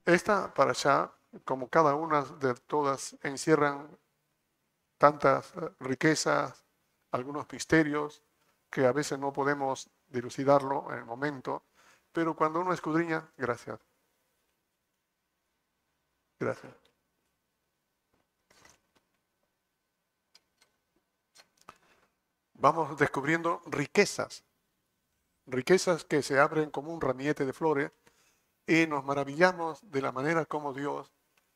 Esta parashá, como cada una de todas, encierran tantas riquezas, algunos misterios que a veces no podemos dilucidarlo en el momento, pero cuando uno escudriña, gracias, gracias. Vamos descubriendo riquezas, riquezas que se abren como un ramillete de flores y nos maravillamos de la manera como Dios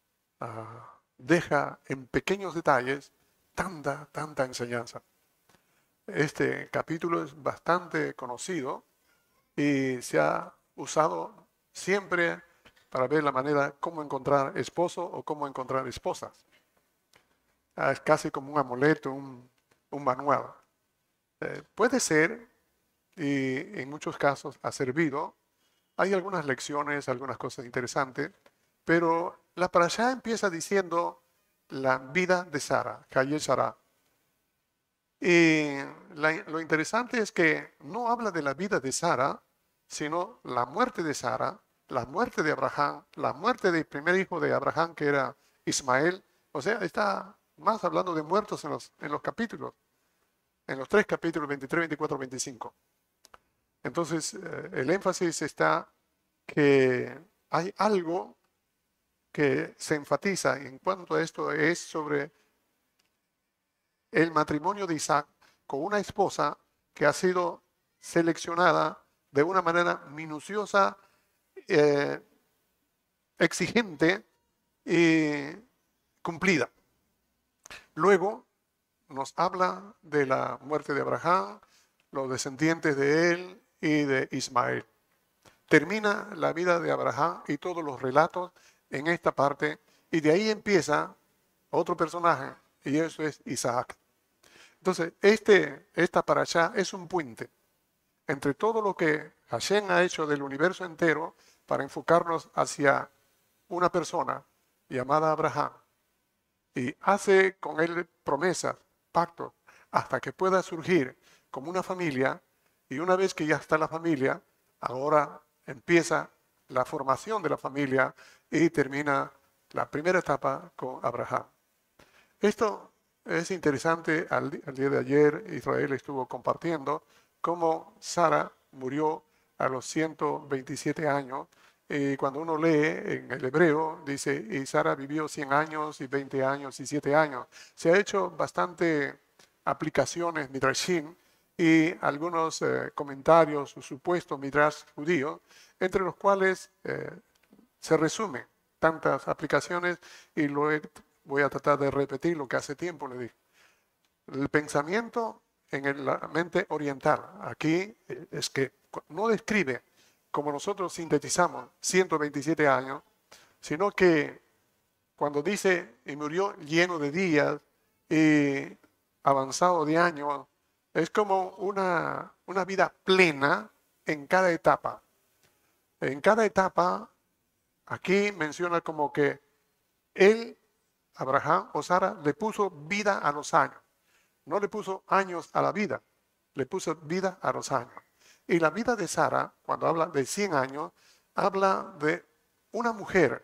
deja en pequeños detalles tanta enseñanza. Este capítulo es bastante conocido y se ha usado siempre para ver la manera cómo encontrar esposo o cómo encontrar esposas. Es casi como un amuleto, un manual. Puede ser, y en muchos casos ha servido. Hay algunas lecciones, algunas cosas interesantes, pero la parashá empieza diciendo la vida de Sara, Hayé Sara. Y lo interesante es que no habla de la vida de Sara, sino la muerte de Sara, la muerte de Abraham, la muerte del primer hijo de Abraham, que era Ismael. O sea, está más hablando de muertos en los capítulos, en los tres capítulos 23, 24, 25. Entonces, el énfasis está que hay algo que se enfatiza en cuanto a esto es sobre el matrimonio de Isaac con una esposa que ha sido seleccionada de una manera minuciosa, eh, exigente y cumplida. Luego nos habla de la muerte de Abraham, los descendientes de él y de Ismael. Termina la vida de Abraham y todos los relatos en esta parte, y de ahí empieza otro personaje, y eso es Isaac. Entonces, esta parashá es un puente entre todo lo que Hashem ha hecho del universo entero para enfocarnos hacia una persona llamada Abraham, y hace con él promesas, pactos, hasta que pueda surgir como una familia, y una vez que ya está la familia, ahora empieza la formación de la familia y termina la primera etapa con Abraham. Esto es interesante. Al día de ayer Israel estuvo compartiendo cómo Sara murió a los 127 años. Y cuando uno lee en el hebreo, dice, y Sara vivió 100 años y 20 años y 7 años. Se ha hecho bastante aplicaciones midrashim y algunos comentarios o supuestos midrash judíos, entre los cuales se resumen tantas aplicaciones, y voy a tratar de repetir lo que hace tiempo le dije. El pensamiento en la mente oriental aquí es que no describe como nosotros sintetizamos 127 años, sino que cuando dice y murió lleno de días y avanzado de años, es como una vida plena en cada etapa. En cada etapa, aquí menciona como que él, Abraham o Sara, le puso vida a los años. No le puso años a la vida, le puso vida a los años. Y la vida de Sara, cuando habla de 100 años, habla de una mujer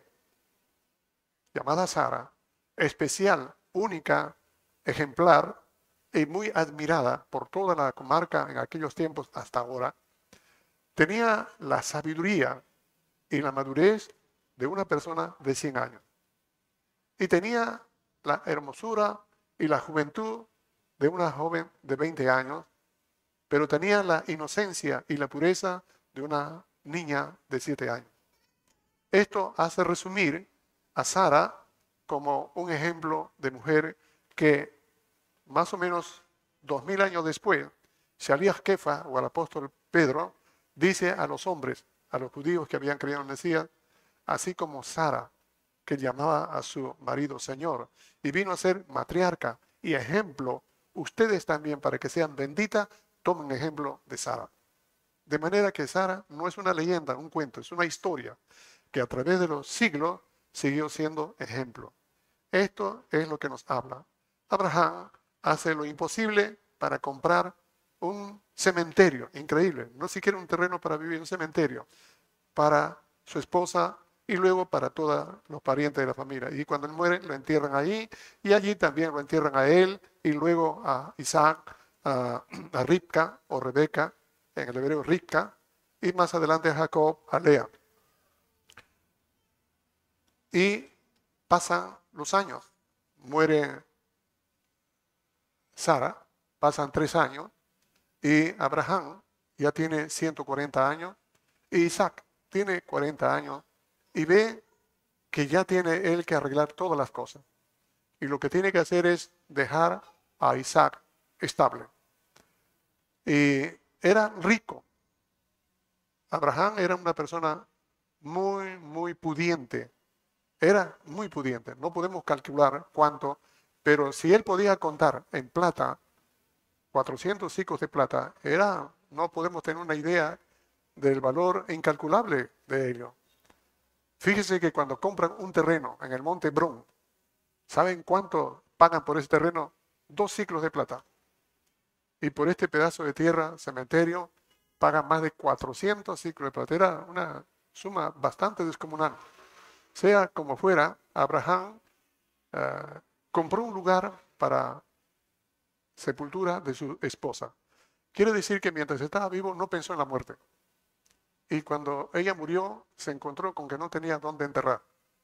llamada Sara, especial, única, ejemplar y muy admirada por toda la comarca en aquellos tiempos hasta ahora. Tenía la sabiduría y la madurez de una persona de 100 años. Y tenía la hermosura y la juventud de una joven de 20 años, pero tenía la inocencia y la pureza de una niña de 7 años. Esto hace resumir a Sara como un ejemplo de mujer que más o menos 2000 años después, Shaliach Kefa o el apóstol Pedro dice a los hombres, a los judíos que habían creído en el Mesías, así como Sara, que llamaba a su marido Señor, y vino a ser matriarca y ejemplo, ustedes también, para que sean benditas, tomen ejemplo de Sara. De manera que Sara no es una leyenda, un cuento, es una historia que a través de los siglos siguió siendo ejemplo. Esto es lo que nos habla. Abraham hace lo imposible para comprar un cementerio, increíble, no siquiera un terreno para vivir, un cementerio, para su esposa y luego para todos los parientes de la familia. Y cuando él muere, lo entierran allí, y allí también lo entierran a él, y luego a Isaac, a Ribca o Rebeca, en el hebreo Ribca, y más adelante a Jacob, a Lea. Y pasan los años. Muere Sara, pasan 3 años, y Abraham ya tiene 140 años, y Isaac tiene 40 años, y ve que ya tiene él que arreglar todas las cosas. Y lo que tiene que hacer es dejar a Isaac estable. Y era rico. Abraham era una persona muy, muy pudiente. Era muy pudiente. No podemos calcular cuánto, pero si él podía contar en plata, 400 ciclos de plata, no podemos tener una idea del valor incalculable de ello. Fíjese que cuando compran un terreno en el Monte Bron, ¿saben cuánto pagan por ese terreno? 2 ciclos de plata. Y por este pedazo de tierra, cementerio, pagan más de 400 ciclos de plata. Era una suma bastante descomunal. Sea como fuera, Abraham compró un lugar para sepultura de su esposa. Quiere decir que mientras estaba vivo no pensó en la muerte. Y cuando ella murió, se encontró con que no tenía dónde enterrar.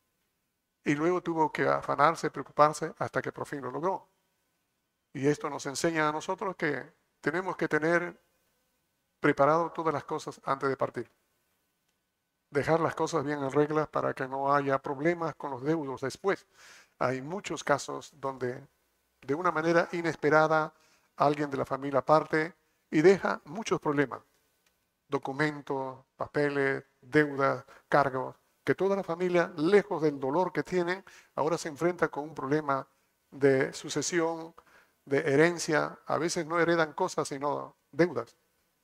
Y luego tuvo que afanarse, preocuparse, hasta que por fin lo logró. Y esto nos enseña a nosotros que tenemos que tener preparado todas las cosas antes de partir. Dejar las cosas bien en regla para que no haya problemas con los deudos después. Hay muchos casos donde de una manera inesperada alguien de la familia parte y deja muchos problemas. Documentos, papeles, deudas, cargos, que toda la familia, lejos del dolor que tienen, ahora se enfrenta con un problema de sucesión, de herencia. A veces no heredan cosas, sino deudas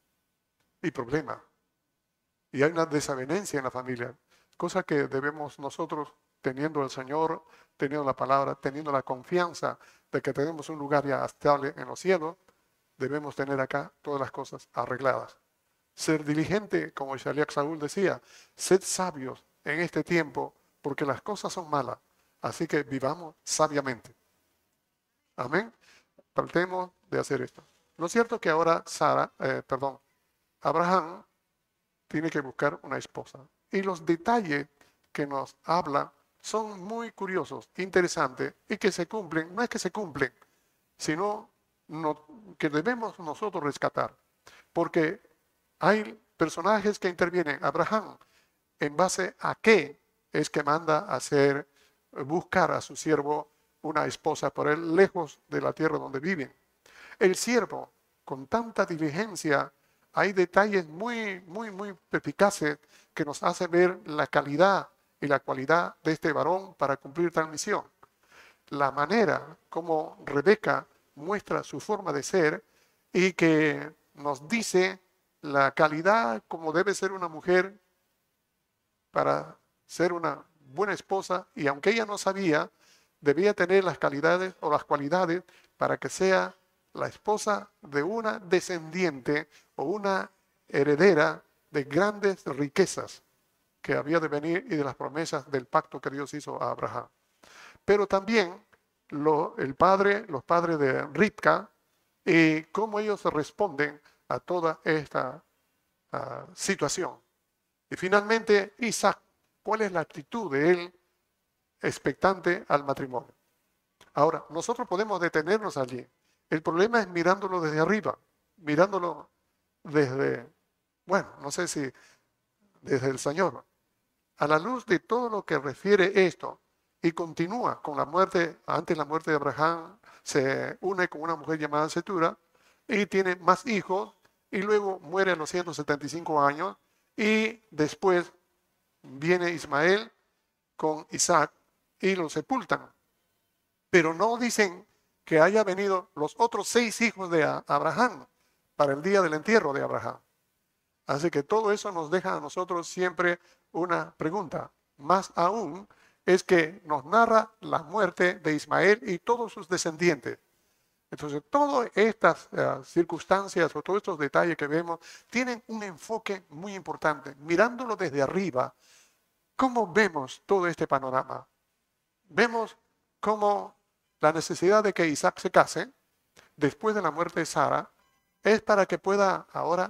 y problemas. Y hay una desavenencia en la familia, cosa que debemos nosotros, teniendo el Señor, teniendo la palabra, teniendo la confianza de que tenemos un lugar ya estable en los cielos, debemos tener acá todas las cosas arregladas. Ser diligente, como Shaliach Saúl decía, sed sabios en este tiempo, porque las cosas son malas. Así que vivamos sabiamente. Amén. Tratemos de hacer esto. Lo cierto es que ahora Abraham tiene que buscar una esposa. Y los detalles que nos habla son muy curiosos, interesantes y que se cumplen. No es que se cumplen, sino que debemos nosotros rescatar. Porque hay personajes que intervienen. Abraham, ¿en base a qué es que manda a buscar a su siervo una esposa por él lejos de la tierra donde viven? El siervo, con tanta diligencia, hay detalles muy, muy, muy perspicaces que nos hacen ver la calidad y la cualidad de este varón para cumplir tal misión. La manera como Rebeca muestra su forma de ser y que nos dice la calidad como debe ser una mujer para ser una buena esposa, y aunque ella no sabía, debía tener las calidades o las cualidades para que sea la esposa de una descendiente o una heredera de grandes riquezas que había de venir y de las promesas del pacto que Dios hizo a Abraham. Pero también los padres de Ribca, y cómo ellos responden a toda esta situación. Y finalmente Isaac, ¿cuál es la actitud de él expectante al matrimonio? Ahora, nosotros podemos detenernos allí. El problema es mirándolo desde arriba, mirándolo desde, bueno, no sé si desde el Señor. A la luz de todo lo que refiere esto, y continúa con la muerte, antes de la muerte de Abraham, se une con una mujer llamada Setura, y tiene más hijos, y luego muere a los 175 años, y después viene Ismael con Isaac, y lo sepultan. Pero no dicen que haya venido los otros 6 hijos de Abraham para el día del entierro de Abraham. Así que todo eso nos deja a nosotros siempre una pregunta. Más aún es que nos narra la muerte de Ismael y todos sus descendientes. Entonces, todas estas circunstancias o todos estos detalles que vemos tienen un enfoque muy importante. Mirándolo desde arriba, ¿Cómo vemos todo este panorama? Vemos cómo la necesidad de que Isaac se case después de la muerte de Sara es para que pueda ahora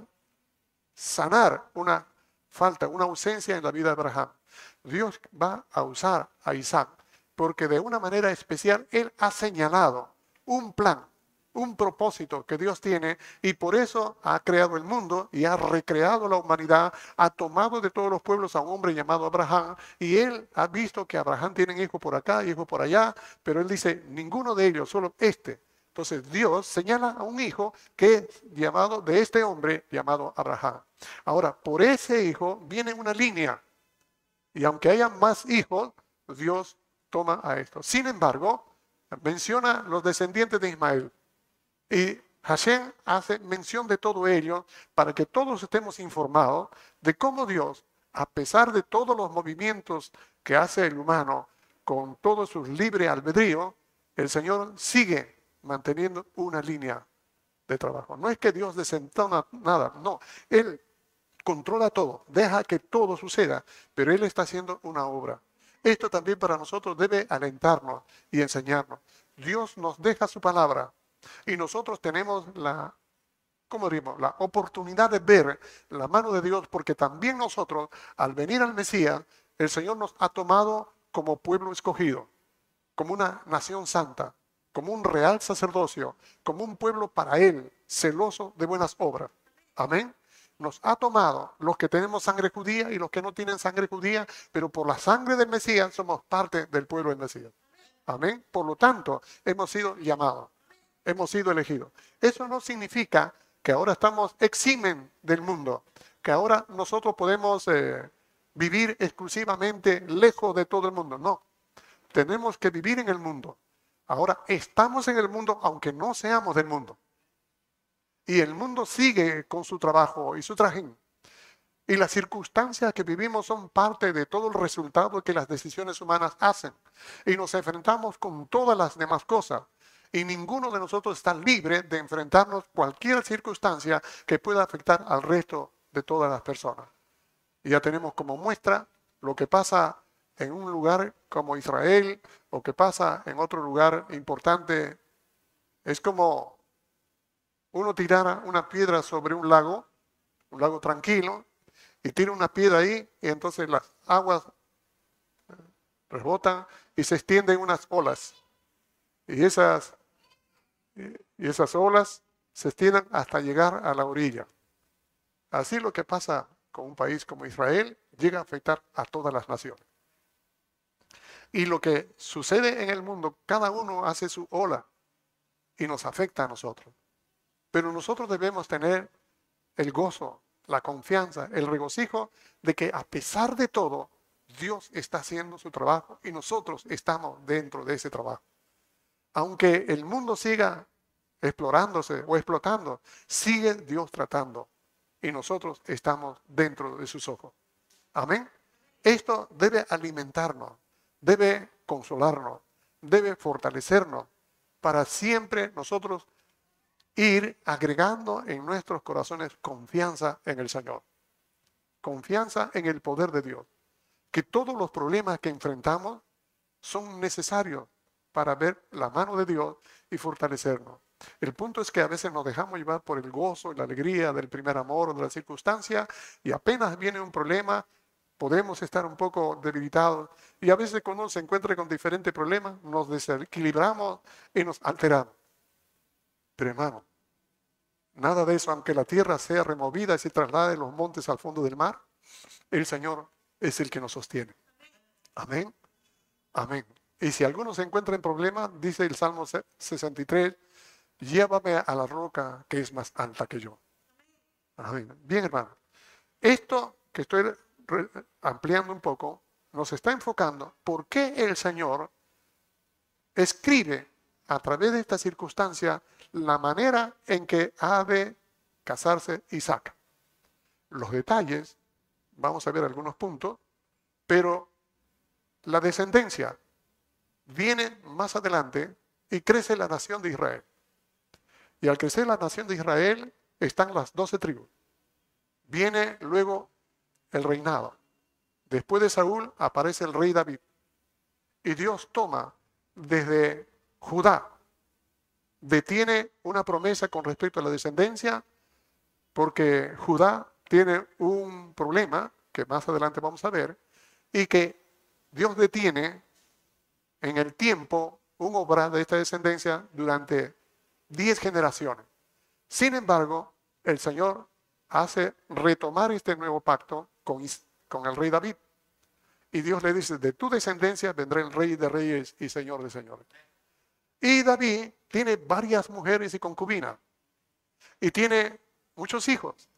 sanar una falta, una ausencia en la vida de Abraham. Dios va a usar a Isaac porque de una manera especial Él ha señalado un plan, un propósito que Dios tiene y por eso ha creado el mundo y ha recreado la humanidad, ha tomado de todos los pueblos a un hombre llamado Abraham y Él ha visto que Abraham tiene hijos por acá, hijos por allá, pero Él dice, ninguno de ellos, solo este. Entonces Dios señala a un hijo que es llamado de este hombre llamado Abraham. Ahora, por ese hijo viene una línea y aunque haya más hijos, Dios toma a esto. Sin embargo, menciona los descendientes de Ismael. Y Hashem hace mención de todo ello para que todos estemos informados de cómo Dios, a pesar de todos los movimientos que hace el humano, con todos sus libre albedrío, el Señor sigue manteniendo una línea de trabajo. No es que Dios desentona nada, no. Él controla todo, deja que todo suceda, pero Él está haciendo una obra. Esto también para nosotros debe alentarnos y enseñarnos. Dios nos deja su palabra y nosotros tenemos ¿cómo diríamos? La oportunidad de ver la mano de Dios porque también nosotros, al venir al Mesías, el Señor nos ha tomado como pueblo escogido, como una nación santa, como un real sacerdocio, como un pueblo para Él, celoso de buenas obras. Amén. Nos ha tomado los que tenemos sangre judía y los que no tienen sangre judía, pero por la sangre del Mesías somos parte del pueblo del Mesías. Amén. Por lo tanto, hemos sido llamados, hemos sido elegidos. Eso no significa que ahora estamos eximen del mundo, que ahora nosotros podemos vivir exclusivamente lejos de todo el mundo. No, tenemos que vivir en el mundo. Ahora estamos en el mundo aunque no seamos del mundo. Y el mundo sigue con su trabajo y su trajín. Y las circunstancias que vivimos son parte de todo el resultado que las decisiones humanas hacen. Y nos enfrentamos con todas las demás cosas. Y ninguno de nosotros está libre de enfrentarnos cualquier circunstancia que pueda afectar al resto de todas las personas. Y ya tenemos como muestra lo que pasa en un lugar como Israel o que pasa en otro lugar importante. Es como uno tirara una piedra sobre un lago tranquilo, y tira una piedra ahí y entonces las aguas rebotan y se extienden unas olas. Y esas olas se extienden hasta llegar a la orilla. Así lo que pasa con un país como Israel llega a afectar a todas las naciones. Y lo que sucede en el mundo, cada uno hace su ola y nos afecta a nosotros. Pero nosotros debemos tener el gozo, la confianza, el regocijo de que a pesar de todo, Dios está haciendo su trabajo y nosotros estamos dentro de ese trabajo. Aunque el mundo siga explorándose o explotando, sigue Dios tratando y nosotros estamos dentro de sus ojos. Amén. Esto debe alimentarnos, debe consolarnos, debe fortalecernos para siempre nosotros ir agregando en nuestros corazones confianza en el Señor, confianza en el poder de Dios, que todos los problemas que enfrentamos son necesarios para ver la mano de Dios y fortalecernos. El punto es que a veces nos dejamos llevar por el gozo y la alegría del primer amor o de la circunstancia y apenas viene un problema, podemos estar un poco debilitados y a veces cuando uno se encuentra con diferentes problemas nos desequilibramos y nos alteramos. Pero hermano, nada de eso, aunque la tierra sea removida y se traslade los montes al fondo del mar, el Señor es el que nos sostiene. Amén. Amén. Y si alguno se encuentra en problemas, dice el Salmo 63, llévame a la roca que es más alta que yo. Amén. Bien, hermano. Esto que estoy ampliando un poco, nos está enfocando por qué el Señor escribe a través de esta circunstancia la manera en que ha de casarse Isaac. Los detalles, vamos a ver algunos puntos, pero la descendencia viene más adelante y crece la nación de Israel. Y al crecer la nación de Israel están las 12 tribus. Viene luego el reinado. Después de Saúl aparece el rey David. Y Dios toma desde Judá, detiene una promesa con respecto a la descendencia, porque Judá tiene un problema que más adelante vamos a ver, y que Dios detiene en el tiempo un obra de esta descendencia durante 10 generaciones. Sin embargo, el Señor hace retomar este nuevo pacto con el rey David. Y Dios le dice, de tu descendencia vendrá el rey de reyes y señor de señores. Y David tiene varias mujeres y concubinas. Y tiene muchos hijos.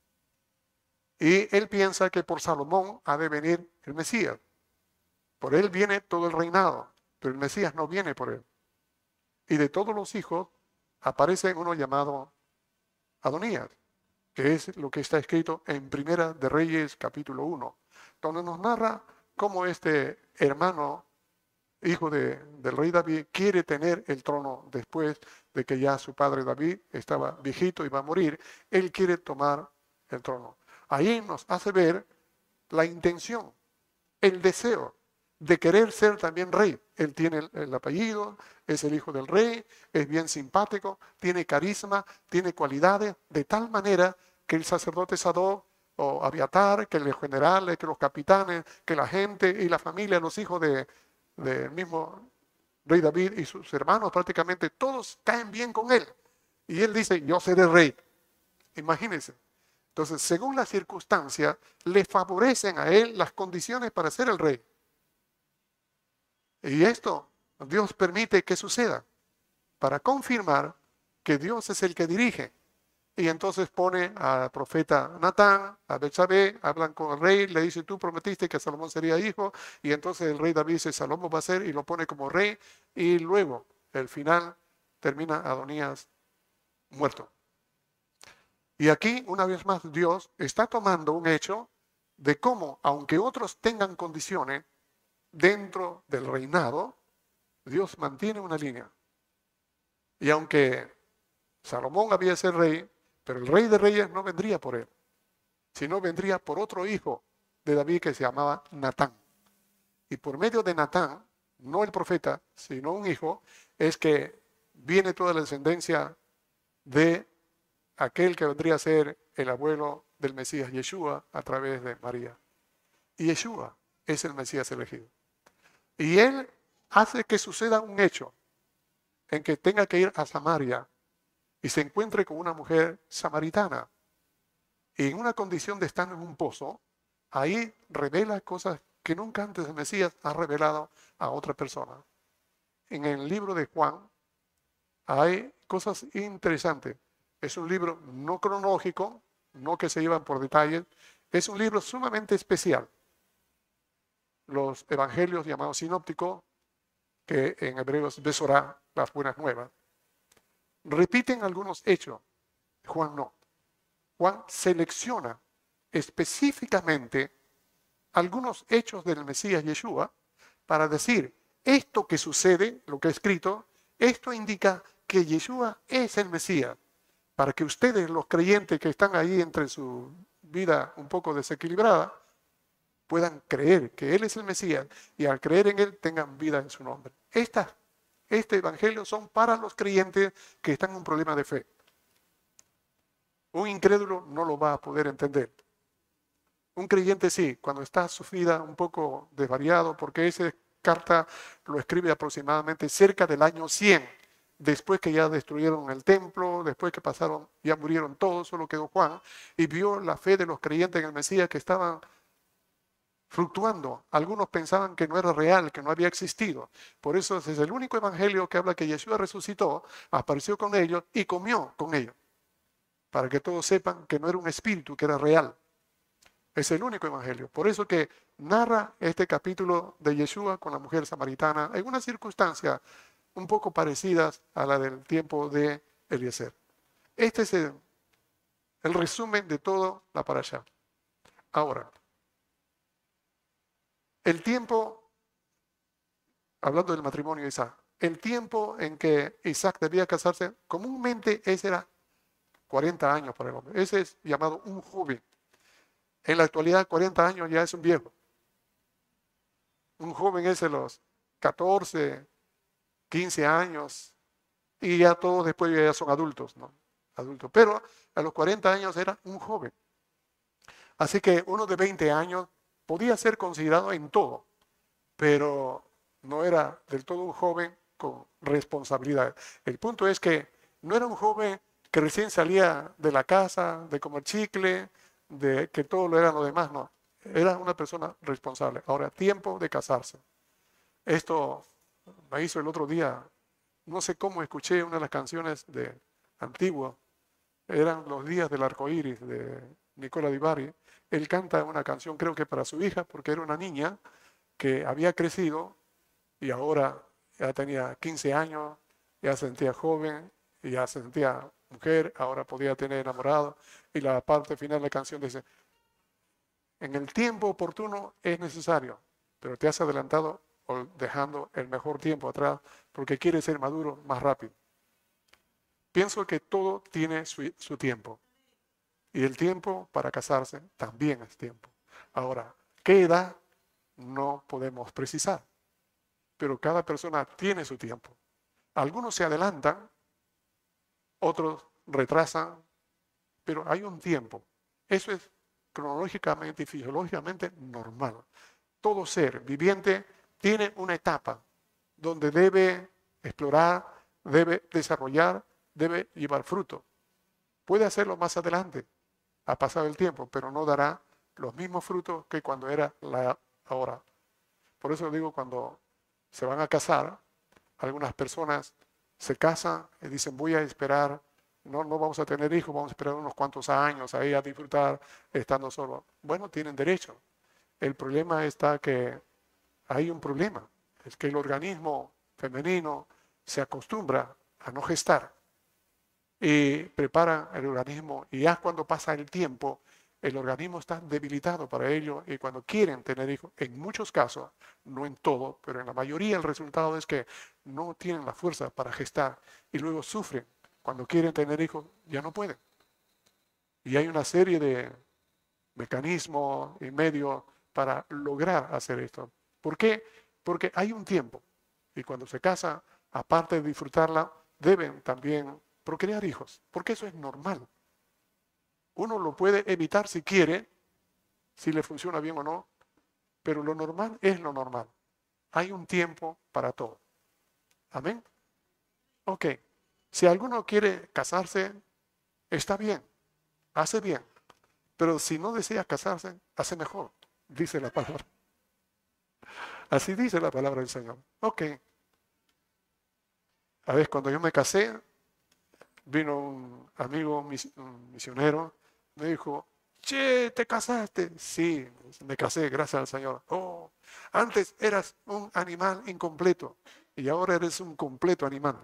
Y él piensa que por Salomón ha de venir el Mesías. Por él viene todo el reinado, pero el Mesías no viene por él. Y de todos los hijos aparece uno llamado Adonías, que es lo que está escrito en Primera de Reyes capítulo 1, donde nos narra cómo este hermano, hijo del rey David, quiere tener el trono después de que ya su padre David estaba viejito y va a morir. Él quiere tomar el trono. Ahí nos hace ver la intención, el deseo de querer ser también rey. Él tiene el apellido, es el hijo del rey, es bien simpático, tiene carisma, tiene cualidades, de tal manera que el sacerdote Sadoc o Abiatar, que los generales, que los capitanes, que la gente y la familia, los hijos del mismo rey David y sus hermanos, prácticamente todos caen bien con él. Y él dice, yo seré rey. Imagínense. Entonces, según las circunstancias, le favorecen a él las condiciones para ser el rey. Y esto Dios permite que suceda para confirmar que Dios es el que dirige. Y entonces pone al profeta Natán, a Betsabé, hablan con el rey, le dice, tú prometiste que Salomón sería hijo, y entonces el rey David dice, Salomón va a ser, y lo pone como rey, y luego, el final, termina Adonías muerto. Y aquí, una vez más, Dios está tomando un hecho de cómo, aunque otros tengan condiciones dentro del reinado, Dios mantiene una línea. Y aunque Salomón había de ser rey, pero el rey de reyes no vendría por él, sino vendría por otro hijo de David que se llamaba Natán. Y por medio de Natán, no el profeta, sino un hijo, es que viene toda la descendencia de aquel que vendría a ser el abuelo del Mesías, Yeshua, a través de María. Y Yeshua es el Mesías elegido. Y él hace que suceda un hecho en que tenga que ir a Samaria y se encuentre con una mujer samaritana. Y en una condición de estar en un pozo, ahí revela cosas que nunca antes el Mesías ha revelado a otra persona. En el libro de Juan hay cosas interesantes. Es un libro no cronológico, no que se llevan por detalles, es un libro sumamente especial. Los evangelios llamados sinópticos, que en hebreo es Besorá, las buenas nuevas, repiten algunos hechos. Juan no. Juan selecciona específicamente algunos hechos del Mesías Yeshua para decir, esto que sucede, lo que he escrito, esto indica que Yeshua es el Mesías, para que ustedes, los creyentes que están ahí entre su vida un poco desequilibrada, puedan creer que Él es el Mesías y al creer en Él tengan vida en su nombre. Este evangelio son para los creyentes que están en un problema de fe. Un incrédulo no lo va a poder entender. Un creyente sí, cuando está su vida un poco desvariado, porque esa carta lo escribe aproximadamente cerca del año 100, después que ya destruyeron el templo, después que pasaron, ya murieron todos, solo quedó Juan, y vio la fe de los creyentes en el Mesías que estaban fluctuando. Algunos pensaban que no era real, que no había existido. Por eso es el único evangelio que habla que Yeshua resucitó, apareció con ellos y comió con ellos. Para que todos sepan que no era un espíritu, que era real. Es el único evangelio. Por eso que narra este capítulo de Yeshua con la mujer samaritana en unas circunstancias un poco parecidas a la del tiempo de Eliezer. Este es el resumen de toda la parashá. Ahora, el tiempo, hablando del matrimonio de Isaac, el tiempo en que Isaac debía casarse, comúnmente ese era 40 años para el hombre. Ese es llamado un joven. En la actualidad, 40 años ya es un viejo. Un joven es de los 14, 15 años y ya todos después ya son adultos, ¿no? Adultos. Pero a los 40 años era un joven. Así que uno de 20 años podía ser considerado en todo, pero no era del todo un joven con responsabilidad. El punto es que no era un joven que recién salía de la casa, de comer chicle, de que todo lo eran los demás, no. Era una persona responsable. Ahora, tiempo de casarse. Esto me hizo el otro día, no sé cómo escuché una de las canciones de antiguo, eran Los días del arco iris de Nicola Di Bari. Él canta una canción, creo que para su hija, porque era una niña que había crecido y ahora ya tenía 15 años, ya se sentía joven, y ya se sentía mujer, ahora podía tener enamorado. Y la parte final de la canción dice, en el tiempo oportuno es necesario, pero te has adelantado dejando el mejor tiempo atrás porque quieres ser maduro más rápido. Pienso que todo tiene su tiempo y el tiempo para casarse también es tiempo. Ahora, ¿qué edad? No podemos precisar, pero cada persona tiene su tiempo. Algunos se adelantan, otros retrasan, pero hay un tiempo. Eso es cronológicamente y fisiológicamente normal. Todo ser viviente tiene una etapa donde debe explorar, debe desarrollar, debe llevar fruto. Puede hacerlo más adelante, ha pasado el tiempo, pero no dará los mismos frutos que cuando era la hora. Por eso digo, cuando se van a casar, algunas personas se casan y dicen, voy a esperar, no vamos a tener hijos, vamos a esperar unos cuantos años ahí a disfrutar estando solo. Bueno, tienen derecho. El problema está que hay un problema, es que el organismo femenino se acostumbra a no gestar y prepara el organismo y ya cuando pasa el tiempo, el organismo está debilitado para ello y cuando quieren tener hijos, en muchos casos, no en todo, pero en la mayoría el resultado es que no tienen la fuerza para gestar y luego sufren. Cuando quieren tener hijos, ya no pueden. Y hay una serie de mecanismos y medios para lograr hacer esto. ¿Por qué? Porque hay un tiempo y cuando se casan, aparte de disfrutarla, deben también procrear hijos, porque eso es normal. Uno lo puede evitar si quiere, si le funciona bien o no, pero lo normal es lo normal. Hay un tiempo para todo. ¿Amén? Ok. Si alguno quiere casarse, está bien, hace bien. Pero si no desea casarse, hace mejor, dice la palabra. Así dice la palabra del Señor. Ok. A ver, cuando yo me casé, vino un amigo un misionero, me dijo, che, ¿te casaste? Sí, me casé, gracias al Señor. Oh, antes eras un animal incompleto y ahora eres un completo animal.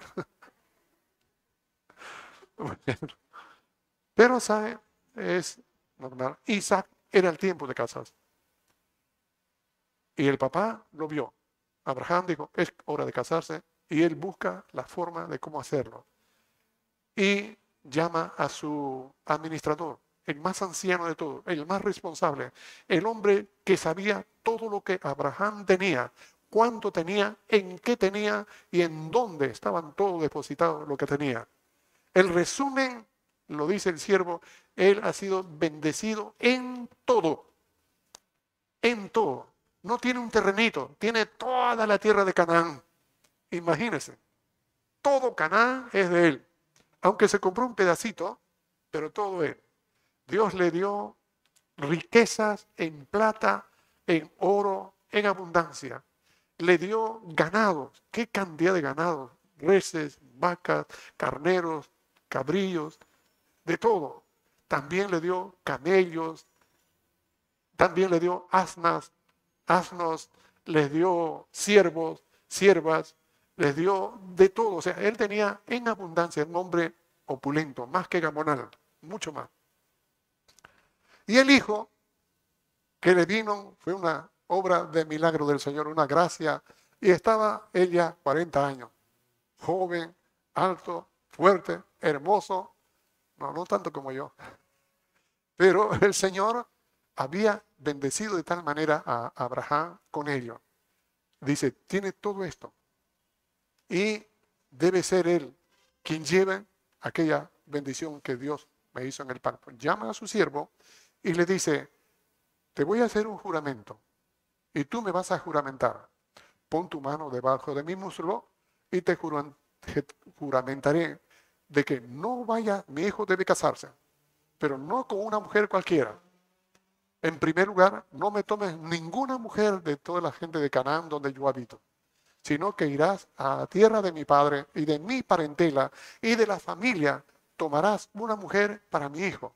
Bueno, pero, ¿sabe? Es normal. Isaac era el tiempo de casarse. Y el papá lo vio. Abraham dijo, es hora de casarse. Y él busca la forma de cómo hacerlo. Y llama a su administrador, el más anciano de todos, el más responsable, el hombre que sabía todo lo que Abraham tenía, cuánto tenía, en qué tenía y en dónde estaban todos depositados lo que tenía. El resumen, lo dice el siervo, él ha sido bendecido en todo. En todo. No tiene un terrenito, tiene toda la tierra de Canaán. Imagínense. Todo Canaán es de él. Aunque se compró un pedacito, pero todo él. Dios le dio riquezas en plata, en oro, en abundancia. Le dio ganados. ¿Qué cantidad de ganados? Reses, vacas, carneros, cabrillos, de todo. También le dio camellos, también le dio asnos, les dio siervos, siervas, les dio de todo. O sea, él tenía en abundancia un hombre opulento, más que gamonal, mucho más. Y el hijo que le vino fue una obra de milagro del Señor, una gracia. Y estaba ella 40 años, joven, alto, fuerte, hermoso. No tanto como yo. Pero el Señor había bendecido de tal manera a Abraham con ello. Dice, tiene todo esto. Y debe ser él quien lleve aquella bendición que Dios me hizo en el pacto. Llama a su siervo y le dice, te voy a hacer un juramento y tú me vas a juramentar. Pon tu mano debajo de mi muslo y te juramentaré de que no vaya, mi hijo debe casarse, pero no con una mujer cualquiera. En primer lugar, no me tomes ninguna mujer de toda la gente de Canaán donde yo habito, sino que irás a la tierra de mi padre y de mi parentela y de la familia tomarás una mujer para mi hijo.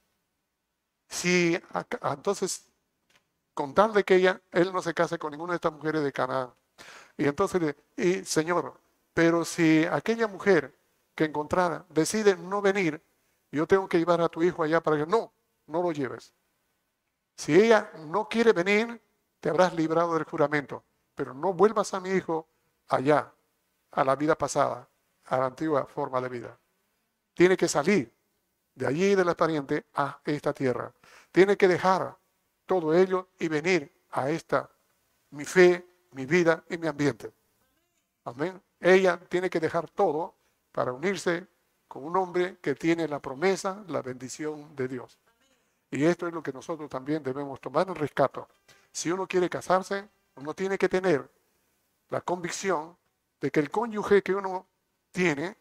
Si entonces, con tal de que él no se case con ninguna de estas mujeres de Canaán, y entonces, Señor, pero si aquella mujer que encontrara decide no venir, yo tengo que llevar a tu hijo allá para que no lo lleves. Si ella no quiere venir, te habrás librado del juramento, pero no vuelvas a mi hijo allá, a la vida pasada, a la antigua forma de vida. Tiene que salir de allí de la pariente a esta tierra. Tiene que dejar todo ello y venir a esta, mi fe, mi vida y mi ambiente. Amén. Ella tiene que dejar todo para unirse con un hombre que tiene la promesa, la bendición de Dios. Y esto es lo que nosotros también debemos tomar en rescate. Si uno quiere casarse, uno tiene que tener la convicción de que el cónyuge que uno tiene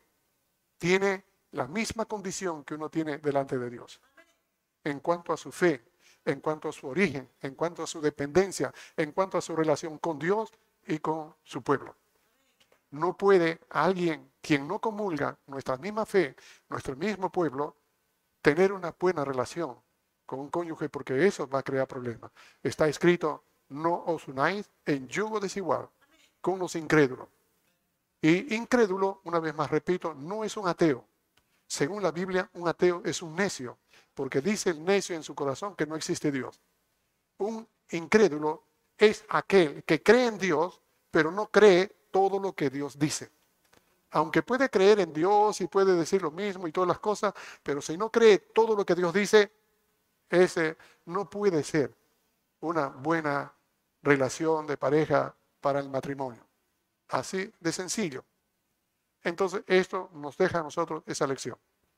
la misma condición que uno tiene delante de Dios. En cuanto a su fe, en cuanto a su origen, en cuanto a su dependencia, en cuanto a su relación con Dios y con su pueblo. No puede alguien quien no comulga nuestra misma fe, nuestro mismo pueblo, tener una buena relación con un cónyuge, porque eso va a crear problemas. Está escrito, no os unáis en yugo desigual con los incrédulos. Y incrédulo, una vez más repito, no es un ateo. Según la Biblia, un ateo es un necio, porque dice el necio en su corazón que no existe Dios. Un incrédulo es aquel que cree en Dios, pero no cree todo lo que Dios dice. Aunque puede creer en Dios y puede decir lo mismo y todas las cosas, pero si no cree todo lo que Dios dice, ese no puede ser una buena relación de pareja para el matrimonio. Así de sencillo. Entonces, esto nos deja a nosotros esa lección.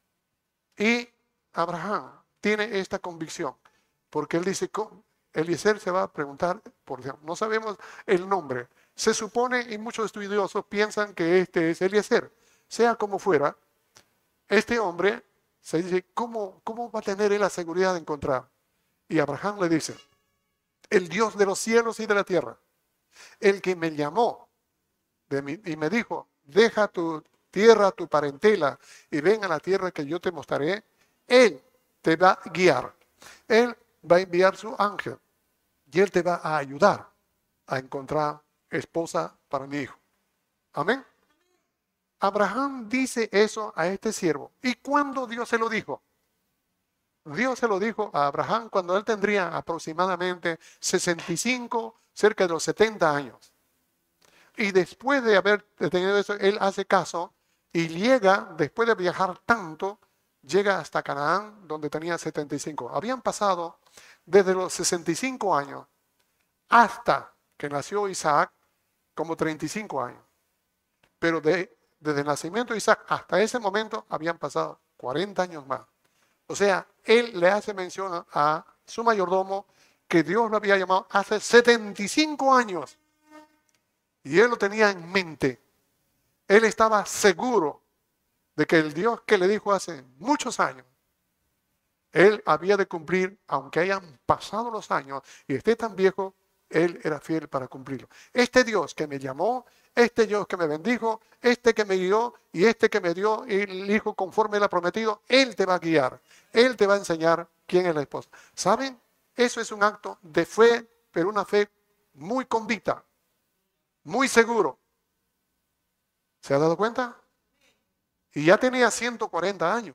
Y Abraham tiene esta convicción, porque él dice, Eliezer se va a preguntar, por ejemplo, no sabemos el nombre. Se supone, y muchos estudiosos piensan que este es Eliezer. Sea como fuera, este hombre se dice, ¿cómo va a tener él la seguridad de encontrar? Y Abraham le dice, el Dios de los cielos y de la tierra, el que me llamó y me dijo, deja tu tierra, tu parentela, y ven a la tierra que yo te mostraré, Él te va a guiar. Él va a enviar su ángel y Él te va a ayudar a encontrar esposa para mi hijo. Amén. Abraham dice eso a este siervo. ¿Y cuándo Dios se lo dijo? Dios se lo dijo a Abraham cuando él tendría aproximadamente 65, cerca de los 70 años. Y después de haber tenido eso, él hace caso y llega, después de viajar tanto, llega hasta Canaán, donde tenía 75. Habían pasado desde los 65 años hasta que nació Isaac, como 35 años. Pero desde el nacimiento de Isaac hasta ese momento habían pasado 40 años más. O sea, él le hace mención a su mayordomo que Dios lo había llamado hace 75 años. Y él lo tenía en mente. Él estaba seguro de que el Dios que le dijo hace muchos años, él había de cumplir, aunque hayan pasado los años y esté tan viejo, él era fiel para cumplirlo. Este Dios que me llamó, este Dios que me bendijo, este que me guió y este que me dio el hijo conforme él ha prometido, él te va a guiar, él te va a enseñar quién es la esposa. ¿Saben? Eso es un acto de fe, pero una fe muy convicta, muy seguro. ¿Se ha dado cuenta? Y ya tenía 140 años.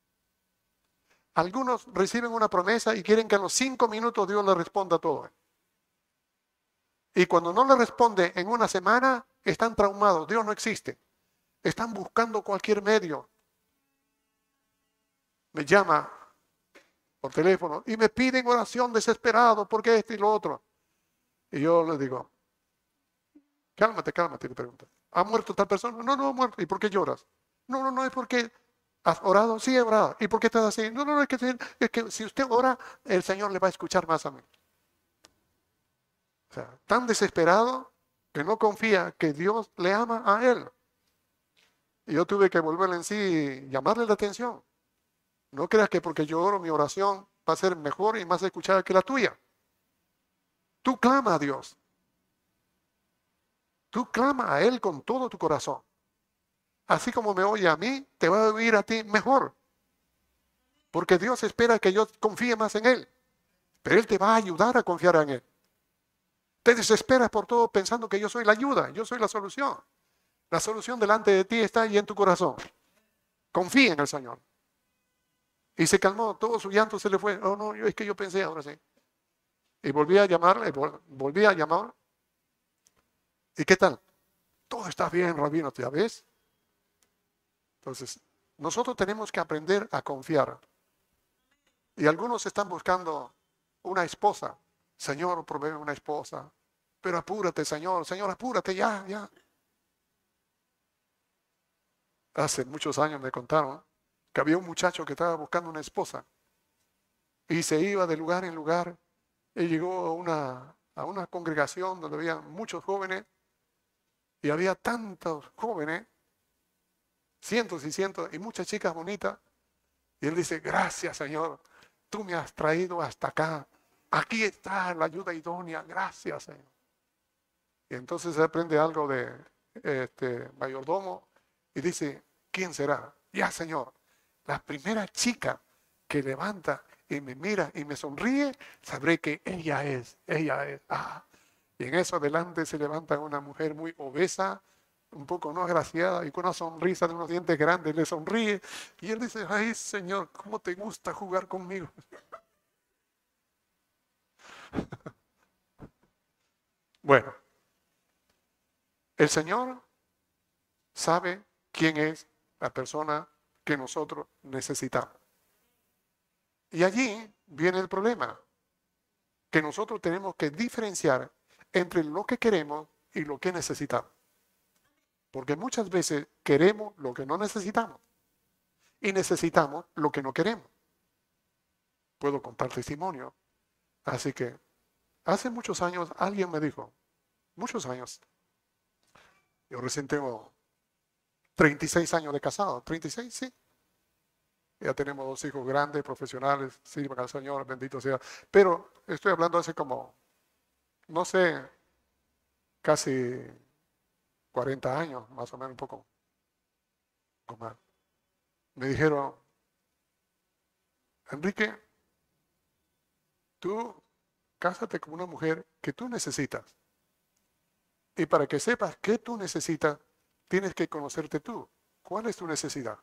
Algunos reciben una promesa y quieren que en los 5 minutos Dios les responda todo. Y cuando no le responde en una semana, están traumados. Dios no existe. Están buscando cualquier medio. Me llama por teléfono y me piden oración desesperado porque esto y lo otro. Y yo les digo, Cálmate, cálmate, le pregunta. ¿Ha muerto tal persona? No, no ha muerto. ¿Y por qué lloras? No, no, no, es porque has orado. Sí, he orado. ¿Y por qué estás así? No, no, no, es que si usted ora, el Señor le va a escuchar más a mí. O sea, tan desesperado que no confía que Dios le ama a él. Y yo tuve que volverle en sí y llamarle la atención. No creas que porque yo oro mi oración va a ser mejor y más escuchada que la tuya. Tú clama a Dios. Tú clama a Él con todo tu corazón. Así como me oye a mí, te va a oír a ti mejor. Porque Dios espera que yo confíe más en Él. Pero Él te va a ayudar a confiar en Él. Te desesperas por todo pensando que yo soy la ayuda, yo soy la solución. La solución delante de ti está ahí en tu corazón. Confía en el Señor. Y se calmó, todo su llanto se le fue. Oh, no, es que yo pensé, ahora sí. Y volví a llamarle, volví a llamar. ¿Y qué tal? Todo está bien, rabino, ¿ya ves? Entonces, nosotros tenemos que aprender a confiar. Y algunos están buscando una esposa. Señor, provee una esposa. Pero apúrate, Señor. Señor, apúrate, ya, ya. Hace muchos años me contaron que había un muchacho que estaba buscando una esposa. Y se iba de lugar en lugar. Y llegó a una congregación donde había muchos jóvenes. Y había tantos jóvenes, cientos y cientos, y muchas chicas bonitas. Y él dice, gracias, Señor. Tú me has traído hasta acá. Aquí está la ayuda idónea. Gracias, Señor. Y entonces se aprende algo de mayordomo y dice, ¿quién será? Ya, Señor. La primera chica que levanta y me mira y me sonríe, sabré que ella es, ella es. Ah. Y en eso adelante se levanta una mujer muy obesa, un poco no agraciada y con una sonrisa de unos dientes grandes, le sonríe. Y él dice, ay, Señor, ¿cómo te gusta jugar conmigo? Bueno, el Señor sabe quién es la persona que nosotros necesitamos. Y allí viene el problema, que nosotros tenemos que diferenciar entre lo que queremos y lo que necesitamos. Porque muchas veces queremos lo que no necesitamos y necesitamos lo que no queremos. Puedo contar testimonio. Así que hace muchos años alguien me dijo, muchos años, yo recién tengo 36 años de casado, 36, sí. Ya tenemos 2 hijos grandes, profesionales, sirvan al Señor, bendito sea. Pero estoy hablando hace como, no sé, casi 40 años, más o menos, un poco más. Me dijeron, Enrique, tú cásate con una mujer que tú necesitas. Y para que sepas qué tú necesitas, tienes que conocerte tú. ¿Cuál es tu necesidad?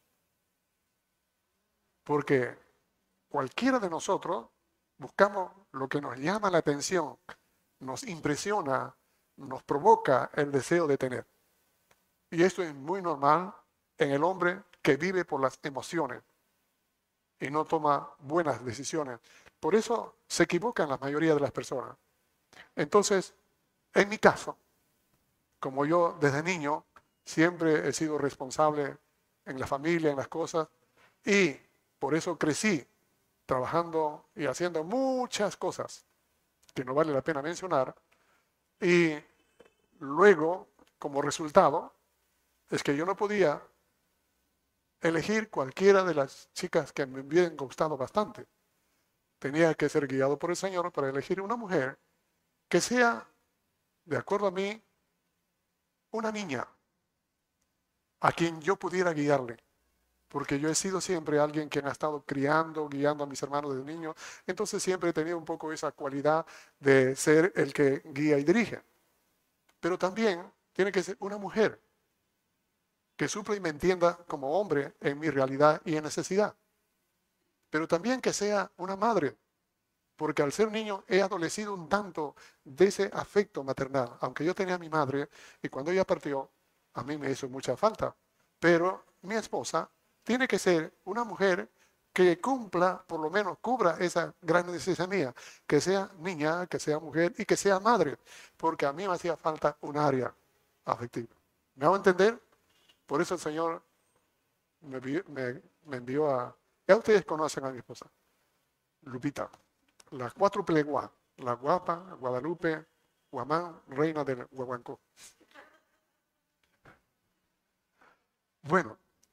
Porque cualquiera de nosotros buscamos lo que nos llama la atención, nos impresiona, nos provoca el deseo de tener. Y esto es muy normal en el hombre que vive por las emociones y no toma buenas decisiones. Por eso se equivocan la mayoría de las personas. Entonces, en mi caso, como yo desde niño siempre he sido responsable en la familia, en las cosas, y por eso crecí trabajando y haciendo muchas cosas que no vale la pena mencionar, y luego, como resultado, es que yo no podía elegir cualquiera de las chicas que me hubieran gustado bastante. Tenía que ser guiado por el Señor para elegir una mujer que sea, de acuerdo a mí, una niña a quien yo pudiera guiarle. Porque yo he sido siempre alguien que ha estado criando, guiando a mis hermanos desde niño. Entonces siempre he tenido un poco esa cualidad de ser el que guía y dirige. Pero también tiene que ser una mujer que supla y me entienda como hombre en mi realidad y en necesidad. Pero también que sea una madre, porque al ser niño he adolecido un tanto de ese afecto maternal. Aunque yo tenía a mi madre y cuando ella partió, a mí me hizo mucha falta. Pero mi esposa tiene que ser una mujer que cumpla, por lo menos cubra esa gran necesidad mía, que sea niña, que sea mujer y que sea madre, porque a mí me hacía falta un área afectiva. ¿Me hago entender? Por eso el Señor me envió a... Ya ustedes conocen a mi esposa, Lupita, la cuádruple Guá, la guapa, Guadalupe, Guamán, reina del Huehuancó. Bueno,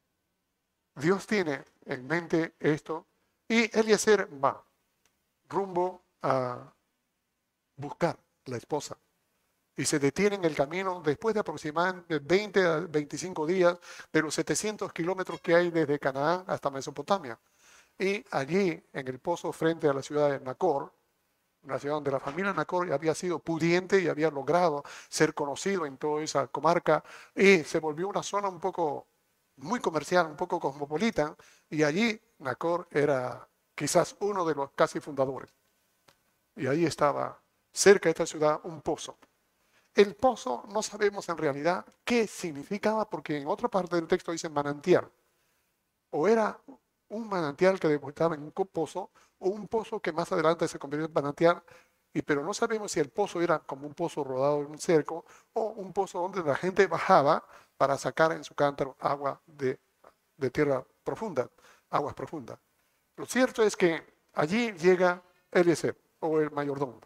Dios tiene en mente esto y Eliezer va rumbo a buscar la esposa y se detiene en el camino después de aproximadamente 20 a 25 días de los 700 kilómetros que hay desde Canaán hasta Mesopotamia. Y allí, en el pozo frente a la ciudad de Nacor, una ciudad donde la familia Nacor había sido pudiente y había logrado ser conocido en toda esa comarca y se volvió una zona un poco muy comercial, un poco cosmopolita, y allí Nacor era quizás uno de los casi fundadores. Y ahí estaba, cerca de esta ciudad, un pozo. El pozo no sabemos en realidad qué significaba porque en otra parte del texto dice manantial. O era un manantial que depositaba en un pozo o un pozo que más adelante se convirtió en manantial, pero no sabemos si el pozo era como un pozo rodado en un cerco o un pozo donde la gente bajaba para sacar en su cántaro agua de tierra profunda, aguas profundas. Lo cierto es que allí llega Eliezer o el mayordomo.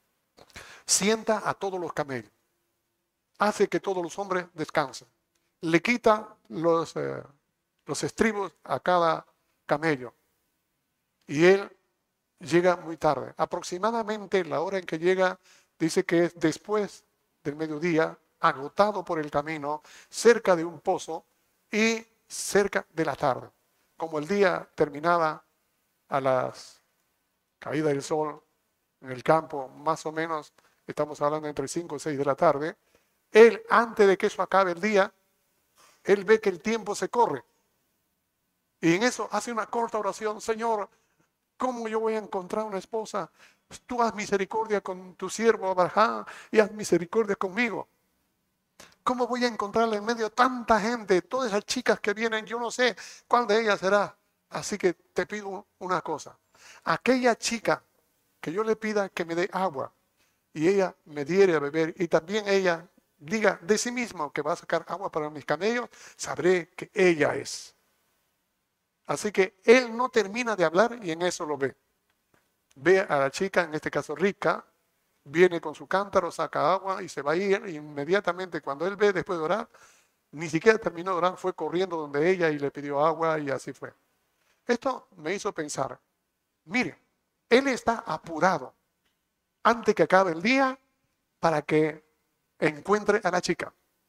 Sienta a todos los camellos. Hace que todos los hombres descansen. Le quita los estribos a cada camello. Y él llega muy tarde. Aproximadamente la hora en que llega, dice que es después del mediodía, agotado por el camino, cerca de un pozo y cerca de la tarde. Como el día terminaba a las caídas del sol en el campo, más o menos, estamos hablando entre 5 y 6 de la tarde, él, antes de que eso acabe el día, él ve que el tiempo se corre. Y en eso hace una corta oración: Señor, ¿cómo yo voy a encontrar una esposa? Tú haz misericordia con tu siervo Abraham y haz misericordia conmigo. ¿Cómo voy a encontrarla en medio de tanta gente? Todas esas chicas que vienen, yo no sé cuál de ellas será. Así que te pido una cosa. Aquella chica que yo le pida que me dé agua y ella me diere a beber y también ella diga de sí misma que va a sacar agua para mis camellos, sabré que ella es. Así que él no termina de hablar y en eso lo ve. Ve a la chica, en este caso rica, viene con su cántaro, saca agua y se va a ir. Y inmediatamente cuando él ve, después de orar, ni siquiera terminó de orar, fue corriendo donde ella y le pidió agua y así fue. Esto me hizo pensar, mire, él está apurado antes que acabe el día para que encuentre a la chica.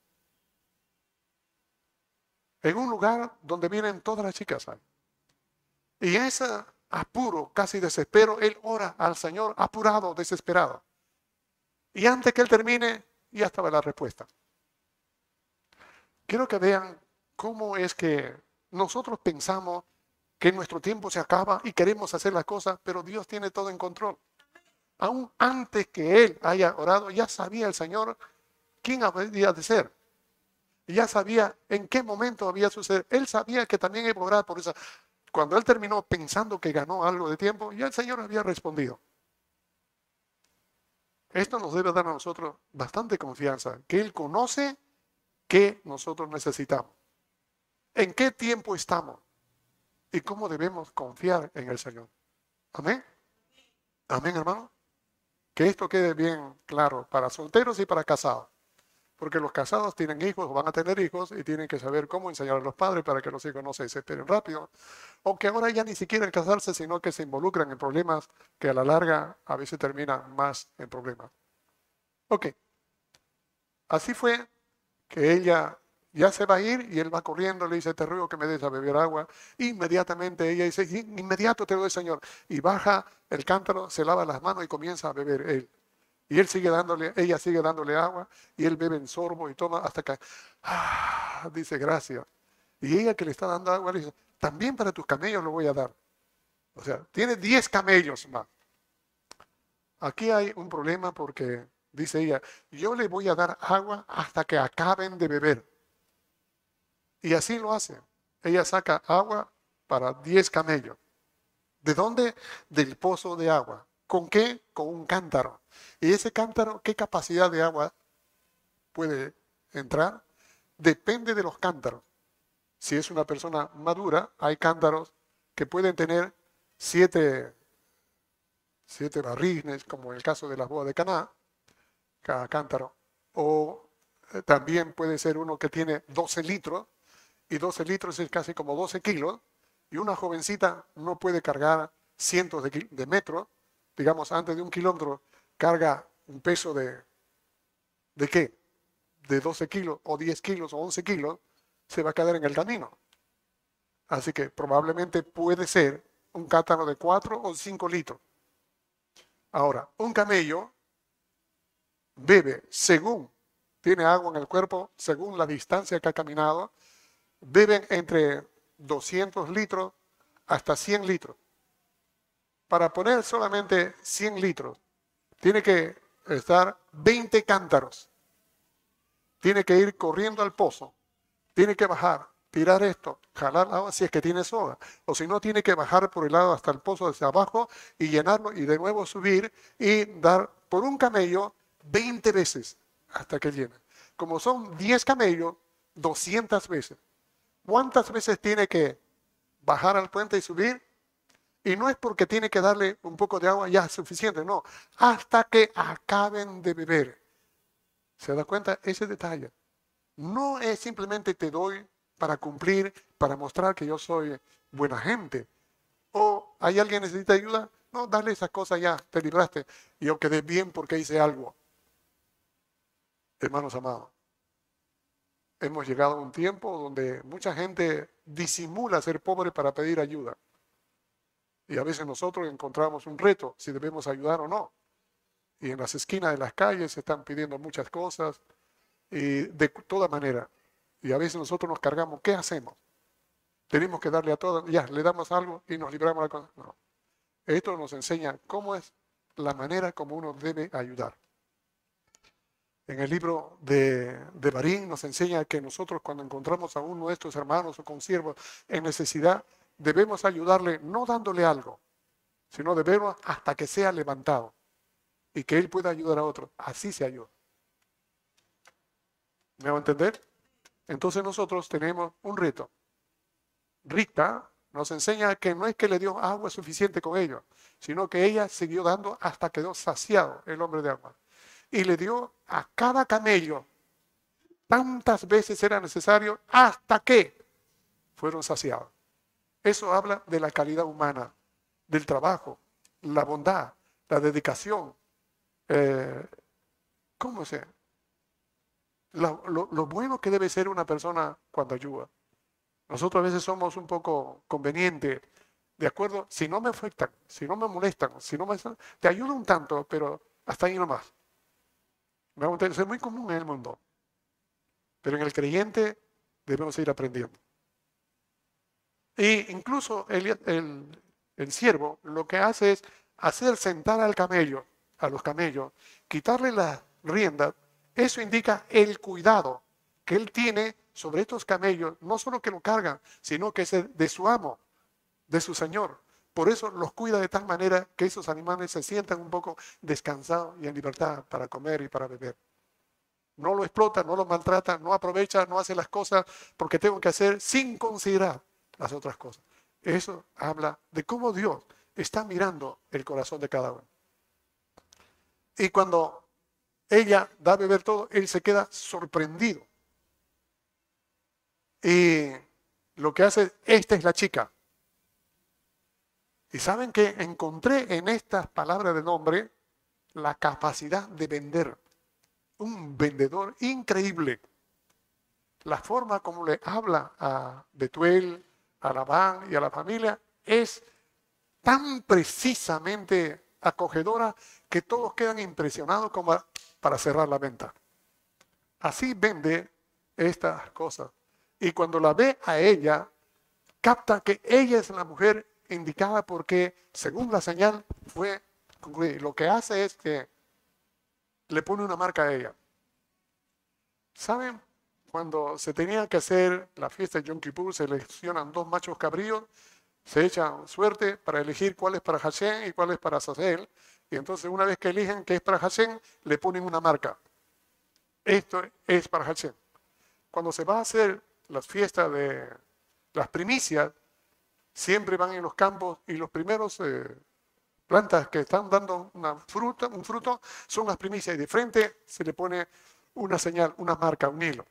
En un lugar donde vienen todas las chicas. Y en ese apuro, casi desespero, él ora al Señor apurado, desesperado. Y antes que él termine, ya estaba la respuesta. Quiero que vean cómo es que nosotros pensamos que nuestro tiempo se acaba y queremos hacer las cosas, pero Dios tiene todo en control. Aún antes que él haya orado, ya sabía el Señor quién había de ser. Ya sabía en qué momento había sucedido. Él sabía que también iba a orar por esa. Cuando él terminó pensando que ganó algo de tiempo, ya el Señor había respondido. Esto nos debe dar a nosotros bastante confianza, que Él conoce qué nosotros necesitamos, en qué tiempo estamos y cómo debemos confiar en el Señor. Amén. Amén, hermano. Que esto quede bien claro para solteros y para casados. Porque los casados tienen hijos o van a tener hijos y tienen que saber cómo enseñar a los padres para que los hijos no se desesperen rápido. O que ahora ya ni siquiera el casarse, sino que se involucran en problemas que a la larga a veces terminan más en problemas. Ok. Así fue que ella ya se va a ir y él va corriendo, le dice: te ruego que me des a beber agua. Inmediatamente ella dice: inmediato te doy, Señor. Y baja el cántaro, se lava las manos y comienza a beber él. Y él sigue dándole, ella sigue dándole agua y él bebe en sorbo y toma hasta que dice: gracias. Y ella, que le está dando agua, le dice: también para tus camellos lo voy a dar. O sea, tiene 10 camellos más. Aquí hay un problema porque dice ella: yo le voy a dar agua hasta que acaben de beber. Y así lo hace. Ella saca agua para 10 camellos. ¿De dónde? Del pozo de agua. ¿Con qué? Con un cántaro. ¿Y ese cántaro qué capacidad de agua puede entrar? Depende de los cántaros. Si es una persona madura, hay cántaros que pueden tener siete barriles, como en el caso de las bodas de Caná, cada cántaro. O también puede ser uno que tiene 12 litros, y 12 litros es casi como 12 kilos, y una jovencita no puede cargar cientos de metros, digamos, antes de 1 kilómetro, carga un peso ¿de qué? De 12 kilos, o 10 kilos, o 11 kilos, se va a quedar en el camino. Así que probablemente puede ser un cántaro de 4 o 5 litros. Ahora, un camello bebe según tiene agua en el cuerpo, según la distancia que ha caminado, beben entre 200 litros hasta 100 litros. Para poner solamente 100 litros, tiene que estar 20 cántaros. Tiene que ir corriendo al pozo. Tiene que bajar, tirar esto, jalar agua si es que tiene soga. O si no, tiene que bajar por el lado hasta el pozo hacia abajo y llenarlo y de nuevo subir y dar por un camello 20 veces hasta que llene. Como son 10 camellos, 200 veces. ¿Cuántas veces tiene que bajar al puente y subir? Y no es porque tiene que darle un poco de agua ya suficiente, no. Hasta que acaben de beber. ¿Se da cuenta? Ese detalle. No es simplemente te doy para cumplir, para mostrar que yo soy buena gente. O hay alguien que necesita ayuda. No, dale esas cosas ya, te libraste. Y yo quedé bien porque hice algo. Hermanos amados, hemos llegado a un tiempo donde mucha gente disimula ser pobre para pedir ayuda. Y a veces nosotros encontramos un reto, si debemos ayudar o no. Y en las esquinas de las calles se están pidiendo muchas cosas, y de toda manera. Y a veces nosotros nos cargamos, ¿qué hacemos? Tenemos que darle a todos, ya, le damos algo y nos libramos de la cosa. No. Esto nos enseña cómo es la manera como uno debe ayudar. En el libro de Barín nos enseña que nosotros cuando encontramos a uno de nuestros hermanos o consiervos en necesidad, debemos ayudarle no dándole algo, sino debemos hasta que sea levantado y que él pueda ayudar a otros. Así se ayuda. ¿Me va a entender? Entonces nosotros tenemos un reto. Rita nos enseña que no es que le dio agua suficiente con ellos, sino que ella siguió dando hasta quedó saciado el hombre de agua. Y le dio a cada camello tantas veces era necesario hasta que fueron saciados. Eso habla de la calidad humana, del trabajo, la bondad, la dedicación. ¿Cómo se? Lo bueno que debe ser una persona cuando ayuda. Nosotros a veces somos un poco convenientes, ¿de acuerdo? Si no me afectan, si no me molestan, si no me... Te ayudo un tanto, pero hasta ahí nomás. Eso es muy común en el mundo. Pero en el creyente debemos ir aprendiendo. E incluso el siervo lo que hace es hacer sentar al camello, a los camellos, quitarle las riendas. Eso indica el cuidado que él tiene sobre estos camellos, no solo que lo cargan, sino que es de su amo, de su señor. Por eso los cuida de tal manera que esos animales se sientan un poco descansados y en libertad para comer y para beber. No lo explota, no lo maltrata, no aprovecha, no hace las cosas porque tengo que hacer sin considerar las otras cosas. Eso habla de cómo Dios está mirando el corazón de cada uno. Y cuando ella da a beber todo, él se queda sorprendido. Y lo que hace, esta es la chica. Y saben que encontré en estas palabras del hombre la capacidad de vender. Un vendedor increíble. La forma como le habla a Betuel, a Labán y a la familia es tan precisamente acogedora que todos quedan impresionados como para cerrar la venta. Así vende estas cosas. Y cuando la ve a ella, capta que ella es la mujer indicada porque, según la señal, fue concluida. Lo que hace es que le pone una marca a ella. ¿Saben? Cuando se tenía que hacer la fiesta de Yom Kippur, seleccionan 2 machos cabríos Se echan suerte para elegir cuál es para Hashem y cuál es para Azazel. Y entonces una vez que eligen que es para Hashem, le ponen una marca. Esto es para Hashem. Cuando se va a hacer las fiestas de las primicias, siempre van en los campos y los primeros plantas que están dando un fruto, son las primicias y de frente se le pone una señal, una marca, un hilo.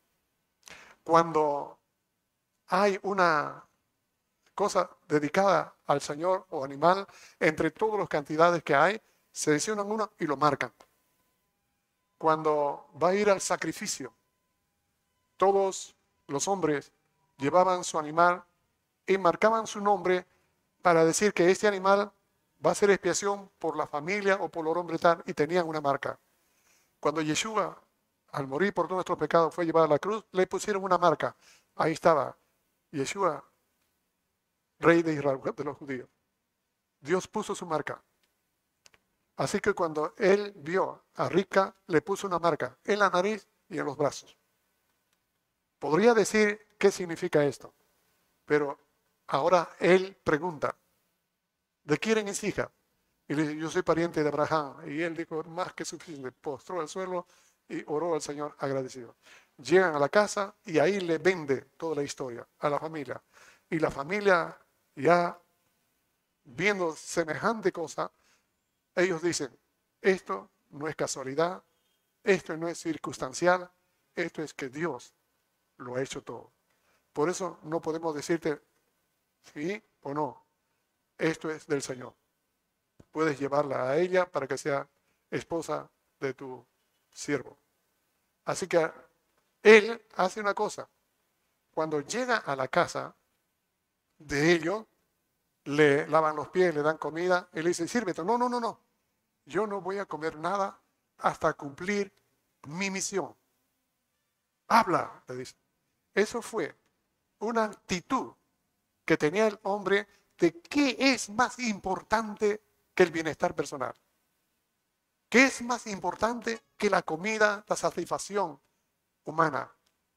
Cuando hay una cosa dedicada al Señor o animal, entre todas las cantidades que hay, seleccionan uno y lo marcan. Cuando va a ir al sacrificio, todos los hombres llevaban su animal y marcaban su nombre para decir que este animal va a ser expiación por la familia o por el hombre tal, y tenían una marca. Cuando Yeshua, al morir por todos nuestros pecados, fue llevado a la cruz, le pusieron una marca. Ahí estaba, Yeshua, Rey de Israel, de los judíos. Dios puso su marca. Así que cuando él vio a Rica, le puso una marca en la nariz y en los brazos. Podría decir qué significa esto, pero ahora él pregunta, ¿de quién es hija? Y le dice, yo soy pariente de Abraham. Y él dijo, más que suficiente, postró al suelo y oró al Señor agradecido. Llegan a la casa y ahí le vende toda la historia a la familia. Y la familia, ya viendo semejante cosa, ellos dicen, esto no es casualidad, esto no es circunstancial, esto es que Dios lo ha hecho todo. Por eso no podemos decirte sí o no, esto es del Señor. Puedes llevarla a ella para que sea esposa de tu siervo. Así que él hace una cosa. Cuando llega a la casa de ellos, le lavan los pies, le dan comida, y le dice, sírvete. No, no, no, no. Yo no voy a comer nada hasta cumplir mi misión. Habla, le dice. Eso fue una actitud que tenía el hombre de qué es más importante que el bienestar personal. ¿Qué es más importante que la comida, la satisfacción humana?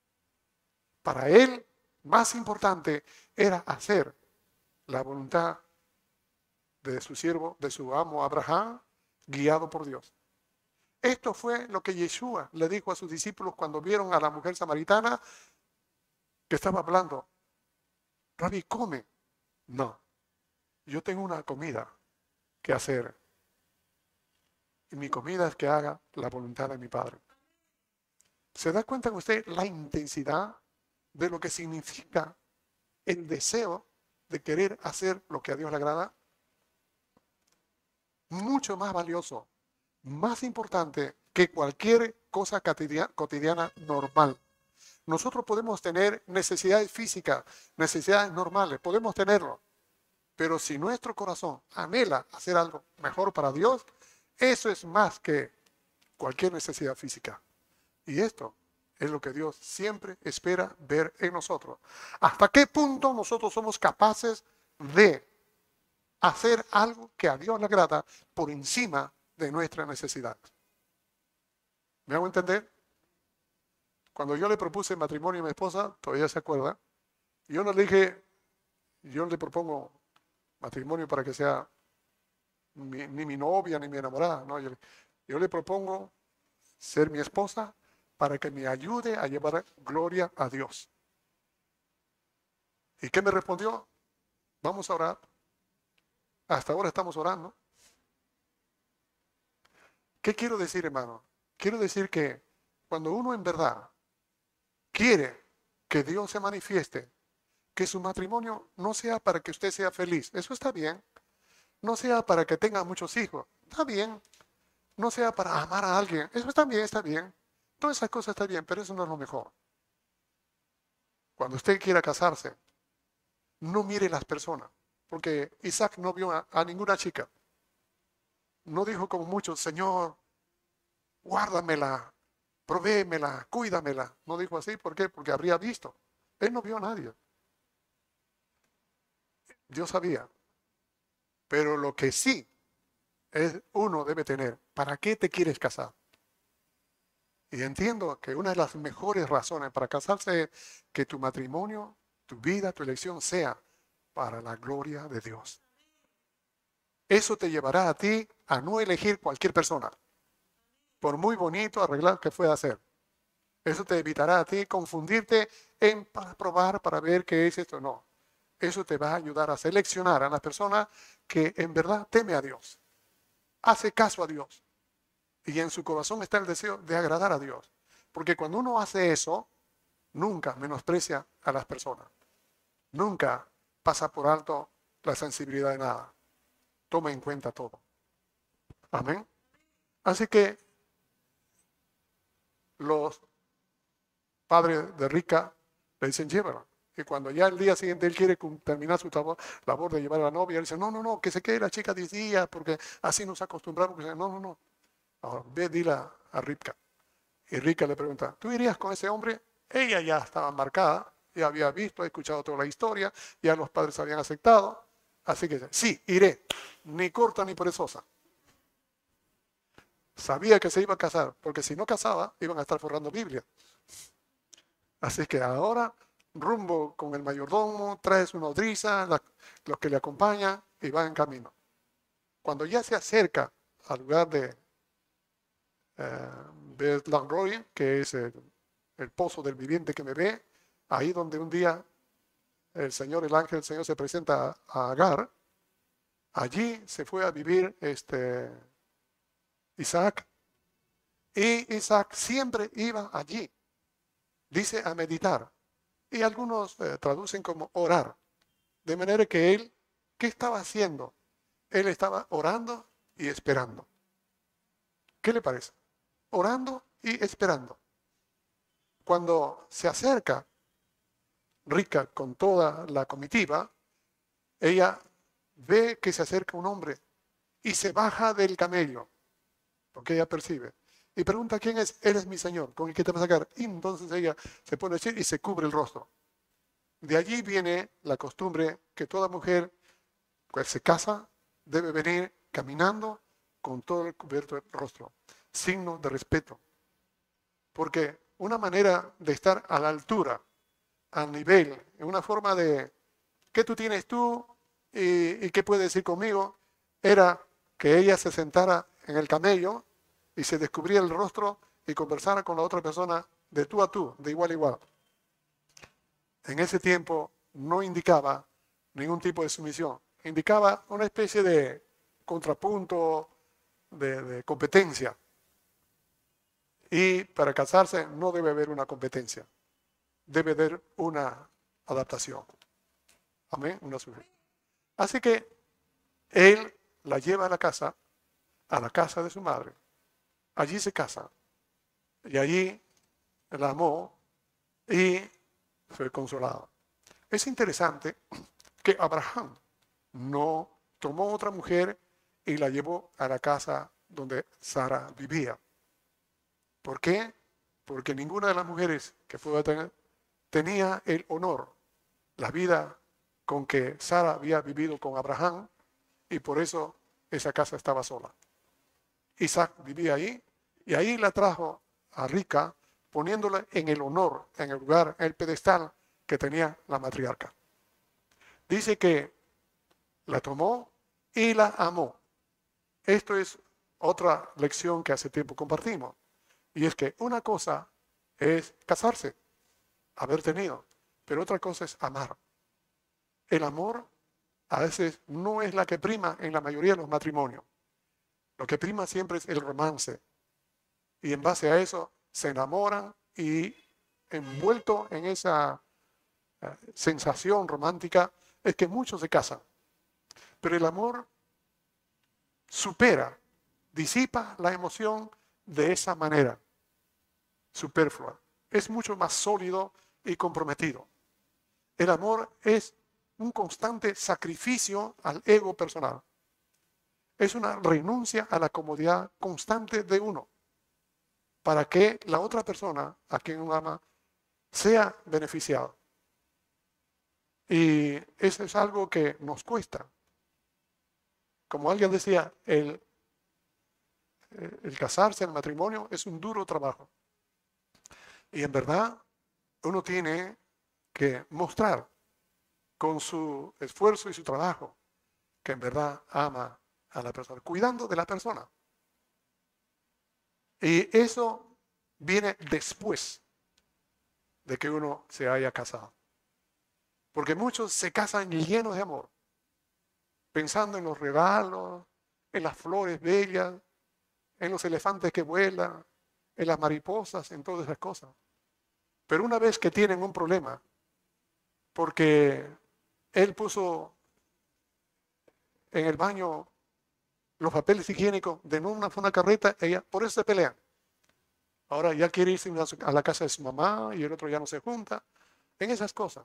Para él, más importante era hacer la voluntad de su siervo, de su amo Abraham, guiado por Dios. Esto fue lo que Yeshua le dijo a sus discípulos cuando vieron a la mujer samaritana que estaba hablando. Rabí, come. No, yo tengo una comida que hacer. Y mi comida es que haga la voluntad de mi Padre. ¿Se da cuenta usted la intensidad de lo que significa el deseo de querer hacer lo que a Dios le agrada? Mucho más valioso, más importante que cualquier cosa cotidiana normal. Nosotros podemos tener necesidades físicas, necesidades normales, podemos tenerlo. Pero si nuestro corazón anhela hacer algo mejor para Dios, eso es más que cualquier necesidad física. Y esto es lo que Dios siempre espera ver en nosotros. ¿Hasta qué punto nosotros somos capaces de hacer algo que a Dios le agrada por encima de nuestra necesidad? ¿Me hago entender? Cuando yo le propuse matrimonio a mi esposa, todavía se acuerda, yo no le dije, yo le propongo matrimonio para que sea ni mi novia ni mi enamorada, no, yo le propongo ser mi esposa para que me ayude a llevar gloria a Dios. ¿Y qué me respondió? Vamos a orar. Hasta ahora estamos orando. ¿Qué quiero decir, hermano? Quiero decir que cuando uno en verdad quiere que Dios se manifieste, que su matrimonio no sea para que usted sea feliz, eso está bien. No sea para que tenga muchos hijos, está bien. No sea para amar a alguien, eso está bien, está bien. Todas esas cosas están bien, pero eso no es lo mejor. Cuando usted quiera casarse, no mire las personas, porque Isaac no vio a ninguna chica. No dijo como muchos, Señor, guárdamela, provéemela, cuídamela. No dijo así, ¿por qué? Porque habría visto. Él no vio a nadie. Dios sabía. Pero lo que sí es uno debe tener, ¿para qué te quieres casar? Y entiendo que una de las mejores razones para casarse es que tu matrimonio, tu vida, tu elección sea para la gloria de Dios. Eso te llevará a ti a no elegir cualquier persona, por muy bonito, arreglado que pueda ser. Eso te evitará a ti confundirte para probar, para ver qué es esto. No. Eso te va a ayudar a seleccionar a la persona que en verdad teme a Dios, hace caso a Dios. Y en su corazón está el deseo de agradar a Dios. Porque cuando uno hace eso, nunca menosprecia a las personas. Nunca pasa por alto la sensibilidad de nada. Toma en cuenta todo. Amén. Así que los padres de Rica le dicen, llévala. Y cuando ya el día siguiente él quiere terminar su labor de llevar a la novia, él dice, no, que se quede la chica 10 días, porque así nos acostumbramos. No. Ahora, ve, dile a Rica. Y Rica le pregunta, ¿tú irías con ese hombre? Ella ya estaba marcada, ya había visto, escuchado toda la historia, ya los padres habían aceptado. Así que, sí, iré, ni corta ni perezosa. Sabía que se iba a casar, porque si no casaba, iban a estar forrando Biblia. Así que ahora, rumbo con el mayordomo, trae su nodriza, los que le acompañan, y va en camino. Cuando ya se acerca al lugar de Beth Lanroy, que es el pozo del viviente que me ve, ahí donde un día el ángel del Señor se presenta a Agar, allí se fue a vivir Isaac, y Isaac siempre iba allí, dice a meditar, y algunos traducen como orar, de manera que él, ¿qué estaba haciendo? Él estaba orando y esperando. ¿Qué le parece? Orando y esperando. Cuando se acerca Rica con toda la comitiva, ella ve que se acerca un hombre y se baja del camello, porque ella percibe, y pregunta quién es. Él es mi señor, con el que te va a sacar. Y entonces ella se pone a decir y se cubre el rostro. De allí viene la costumbre que toda mujer que se casa debe venir caminando con todo el cubierto del rostro, signo de respeto. Porque una manera de estar a la altura, al nivel, en una forma de ¿qué tú tienes tú y qué puedes decir conmigo? Era que ella se sentara en el camello y se descubría el rostro y conversara con la otra persona de tú a tú, de igual a igual. En ese tiempo no indicaba ningún tipo de sumisión, indicaba una especie de contrapunto, de competencia. Y para casarse no debe haber una competencia, debe haber una adaptación. Amén, una sujeción. Así que él la lleva a la casa de su madre. Allí se casa. Y allí la amó y fue consolado. Es interesante que Abraham no tomó otra mujer y la llevó a la casa donde Sara vivía. ¿Por qué? Porque ninguna de las mujeres que fue a tener tenía el honor, la vida con que Sara había vivido con Abraham, y por eso esa casa estaba sola. Isaac vivía ahí y ahí la trajo a Rica, poniéndola en el honor, en el lugar, en el pedestal que tenía la matriarca. Dice que la tomó y la amó. Esto es otra lección que hace tiempo compartimos. Y es que una cosa es casarse, haber tenido, pero otra cosa es amar. El amor a veces no es la que prima en la mayoría de los matrimonios. Lo que prima siempre es el romance. Y en base a eso se enamoran y envuelto en esa sensación romántica es que muchos se casan. Pero el amor supera, disipa la emoción de esa manera superflua. Es mucho más sólido y comprometido. El amor es un constante sacrificio al ego personal. Es una renuncia a la comodidad constante de uno para que la otra persona a quien uno ama sea beneficiado. Y eso es algo que nos cuesta. Como alguien decía, el casarse, el matrimonio es un duro trabajo. Y en verdad uno tiene que mostrar con su esfuerzo y su trabajo, que en verdad ama a la persona, cuidando de la persona. Y eso viene después de que uno se haya casado. Porque muchos se casan llenos de amor, pensando en los regalos, en las flores bellas, en los elefantes que vuelan, en las mariposas, en todas esas cosas. Pero una vez que tienen un problema, porque él puso en el baño los papeles higiénicos de una carreta, ella, por eso se pelean. Ahora ya quiere irse a la casa de su mamá y el otro ya no se junta, en esas cosas.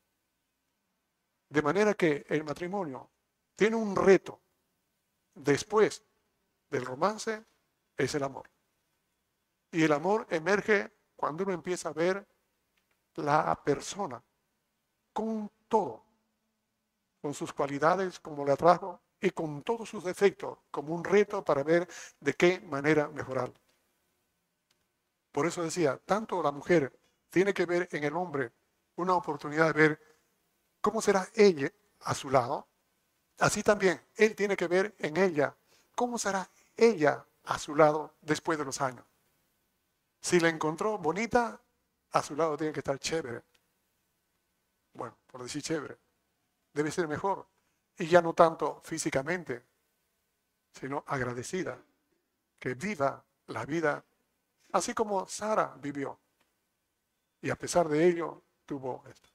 De manera que el matrimonio tiene un reto después del romance, es el amor. Y el amor emerge cuando uno empieza a ver la persona con todo, con sus cualidades como le atrajo y con todos sus defectos, como un reto para ver de qué manera mejorar. Por eso decía, tanto la mujer tiene que ver en el hombre una oportunidad de ver cómo será ella a su lado, así también él tiene que ver en ella cómo será ella a su lado después de los años. Si la encontró bonita, a su lado tiene que estar chévere. Bueno, por decir chévere, debe ser mejor. Y ya no tanto físicamente, sino agradecida, que viva la vida así como Sara vivió. Y a pesar de ello, tuvo esto.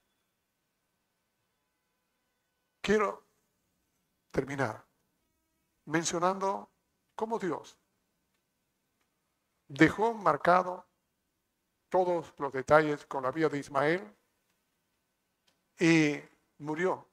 Quiero terminar mencionando cómo Dios dejó marcado todos los detalles con la vida de Ismael y murió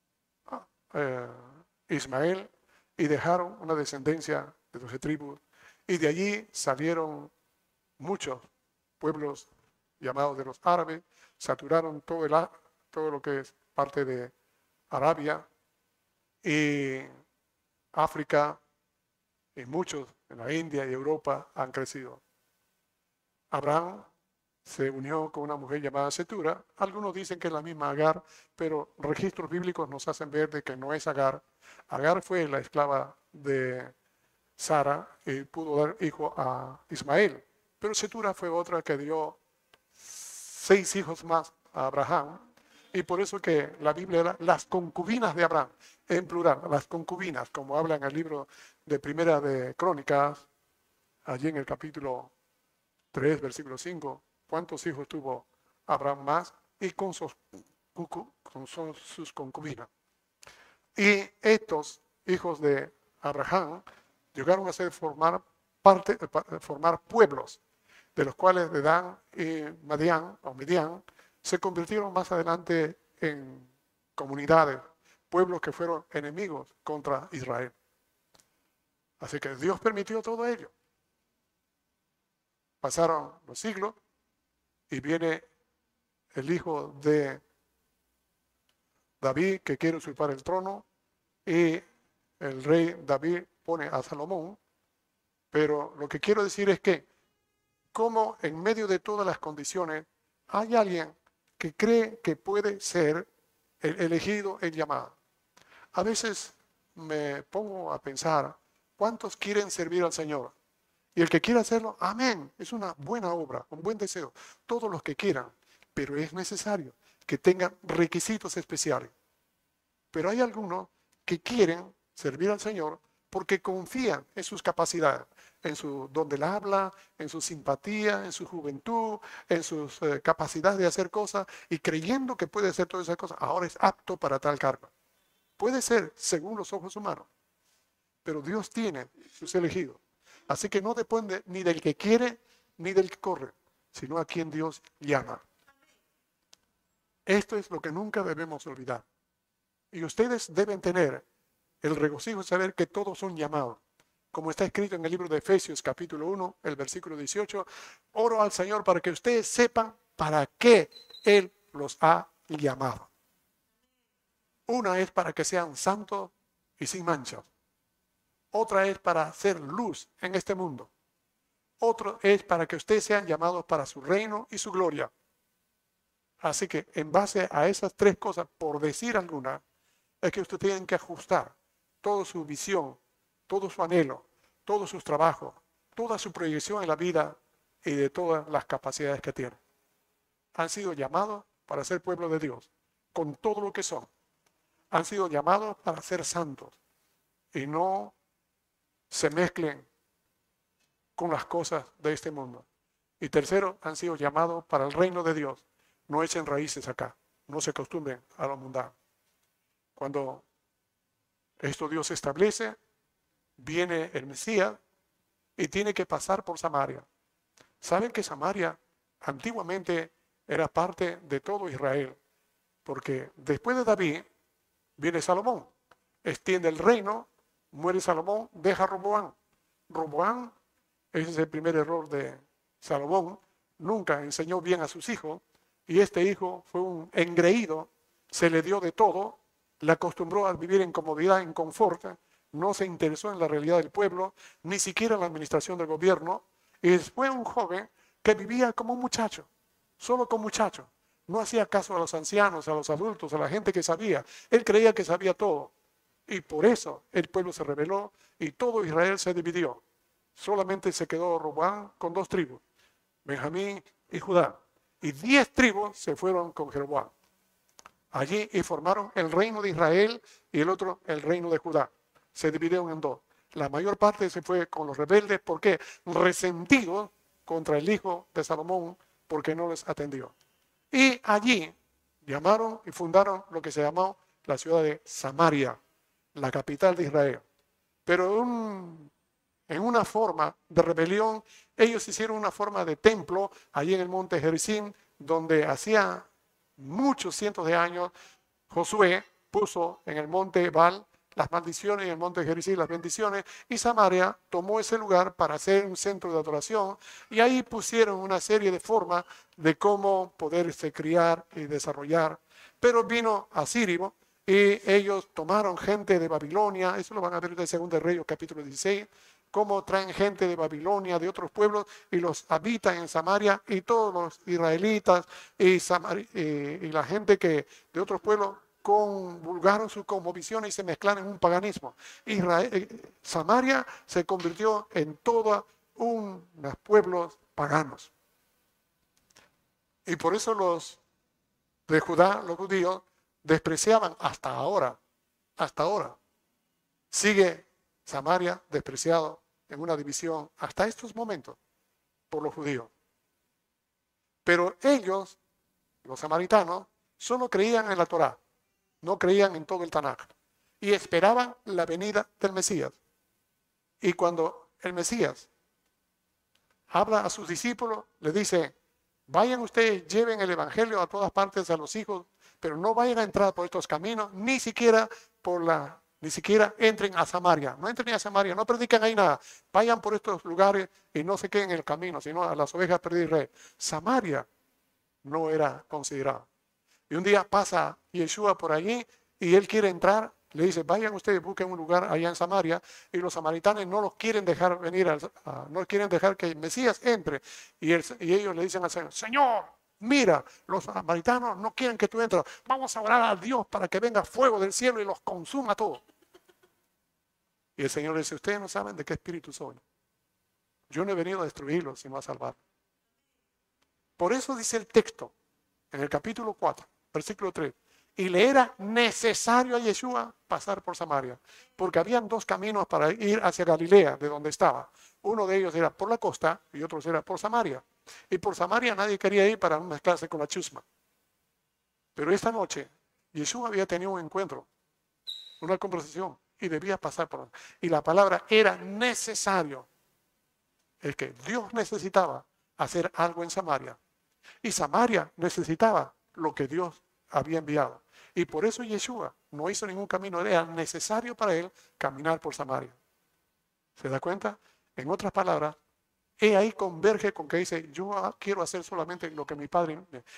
Ismael y dejaron una descendencia de 12 tribus y de allí salieron muchos pueblos llamados de los árabes, saturaron todo lo que es parte de Arabia y África y muchos en la India y Europa han crecido. Abraham se unió con una mujer llamada Setura. Algunos dicen que es la misma Agar, pero registros bíblicos nos hacen ver de que no es Agar. Agar fue la esclava de Sara y pudo dar hijo a Ismael. Pero Setura fue otra que dio 6 hijos más a Abraham. Y por eso que la Biblia era las concubinas de Abraham, en plural, las concubinas, como habla en el libro de Primera de Crónicas, allí en el capítulo 3, versículo 5, cuántos hijos tuvo Abraham más y con sus concubinas. Y estos hijos de Abraham llegaron a formar pueblos, de los cuales Dedán y Midian se convirtieron más adelante en comunidades, pueblos que fueron enemigos contra Israel. Así que Dios permitió todo ello. Pasaron los siglos y viene el hijo de David que quiere usurpar el trono y el rey David pone a Salomón. Pero lo que quiero decir es que como en medio de todas las condiciones hay alguien que cree que puede ser el elegido, el llamado. A veces me pongo a pensar, ¿cuántos quieren servir al Señor? Y el que quiera hacerlo, amén, es una buena obra, un buen deseo. Todos los que quieran, pero es necesario que tengan requisitos especiales. Pero hay algunos que quieren servir al Señor porque confían en sus capacidades, en su don del habla, en su simpatía, en su juventud, en sus capacidades de hacer cosas y creyendo que puede hacer todas esas cosas, ahora es apto para tal cargo. Puede ser según los ojos humanos, pero Dios tiene sus elegidos. Así que no depende ni del que quiere ni del que corre, sino a quien Dios llama. Esto es lo que nunca debemos olvidar. Y ustedes deben tener el regocijo de saber que todos son llamados. Como está escrito en el libro de Efesios capítulo 1, el versículo 18, oro al Señor para que ustedes sepan para qué Él los ha llamado. Una es para que sean santos y sin manchas. Otra es para hacer luz en este mundo. Otro es para que ustedes sean llamados para su reino y su gloria. Así que en base a esas tres cosas, por decir alguna, es que usted tiene que ajustar toda su visión, todo su anhelo, todos sus trabajos, toda su proyección en la vida y de todas las capacidades que tiene. Han sido llamados para ser pueblo de Dios, con todo lo que son. Han sido llamados para ser santos y no se mezclen con las cosas de este mundo. Y tercero, han sido llamados para el reino de Dios. No echen raíces acá, no se acostumbren a lo mundano. Cuando esto Dios establece, viene el Mesías y tiene que pasar por Samaria. ¿Saben que Samaria antiguamente era parte de todo Israel? Porque después de David viene Salomón, extiende el reino, muere Salomón, deja a Roboam. Roboam, ese es el primer error de Salomón, nunca enseñó bien a sus hijos y este hijo fue un engreído, se le dio de todo, le acostumbró a vivir en comodidad, en confort, no se interesó en la realidad del pueblo, ni siquiera en la administración del gobierno, y fue un joven que vivía como un muchacho, solo con muchachos. No hacía caso a los ancianos, a los adultos, a la gente que sabía. Él creía que sabía todo. Y por eso el pueblo se rebeló y todo Israel se dividió. Solamente se quedó Roboam con 2 tribus, Benjamín y Judá. Y 10 tribus se fueron con Jeroboam. Allí y formaron el reino de Israel y el otro el reino de Judá. Se dividieron en 2. La mayor parte se fue con los rebeldes. ¿Por qué? Resentidos contra el hijo de Salomón porque no les atendió. Y allí llamaron y fundaron lo que se llamó la ciudad de Samaria, la capital de Israel. Pero en una forma de rebelión, ellos hicieron una forma de templo allí en el monte Gerizim, donde hacía muchos cientos de años Josué puso en el monte Baal las maldiciones y en el monte Gerizim las bendiciones, y Samaria tomó ese lugar para hacer un centro de adoración, y ahí pusieron una serie de formas de cómo poderse criar y desarrollar. Pero vino Asirio y ellos tomaron gente de Babilonia, eso lo van a ver en 2 de Reyes capítulo 16, cómo traen gente de Babilonia, de otros pueblos, y los habitan en Samaria, y todos los israelitas y la gente que de otros pueblos convulgaron su cosmovisión y se mezclaron en un paganismo. Samaria se convirtió en todos unos pueblos paganos. Y por eso los de Judá, los judíos, despreciaban hasta ahora. Sigue Samaria despreciado en una división hasta estos momentos por los judíos. Pero ellos, los samaritanos, solo creían en la Torá. No creían en todo el Tanaj y esperaban la venida del Mesías. Y cuando el Mesías habla a sus discípulos, le dice, vayan ustedes, lleven el evangelio a todas partes a los hijos, pero no vayan a entrar por estos caminos, ni siquiera entren a Samaria. No entren a Samaria, no prediquen ahí nada. Vayan por estos lugares y no se queden en el camino, sino a las ovejas perdidas de Israel. Samaria no era considerada. Y un día pasa Yeshua por allí y él quiere entrar, le dice, vayan ustedes, busquen un lugar allá en Samaria, y los samaritanos no los quieren dejar venir, no quieren dejar que el Mesías entre. Y ellos le dicen al Señor, Señor, mira, los samaritanos no quieren que tú entres, vamos a orar a Dios para que venga fuego del cielo y los consuma todos. Y el Señor le dice, ustedes no saben de qué espíritu soy. Yo no he venido a destruirlos, sino a salvar. Por eso dice el texto, en el capítulo 4, versículo 3, y le era necesario a Yeshua pasar por Samaria, porque habían 2 caminos para ir hacia Galilea, de donde estaba. Uno de ellos era por la costa y otro era por Samaria. Y por Samaria nadie quería ir para mezclarse con la chusma. Pero esta noche Yeshua había tenido un encuentro, una conversación, y debía pasar por. Y la palabra era necesario. Es que Dios necesitaba hacer algo en Samaria. Y Samaria necesitaba lo que Dios había enviado. Y por eso Yeshua no hizo ningún camino. Era necesario para él caminar por Samaria. ¿Se da cuenta? En otras palabras, ahí converge con que dice, yo quiero hacer solamente lo que mi padre.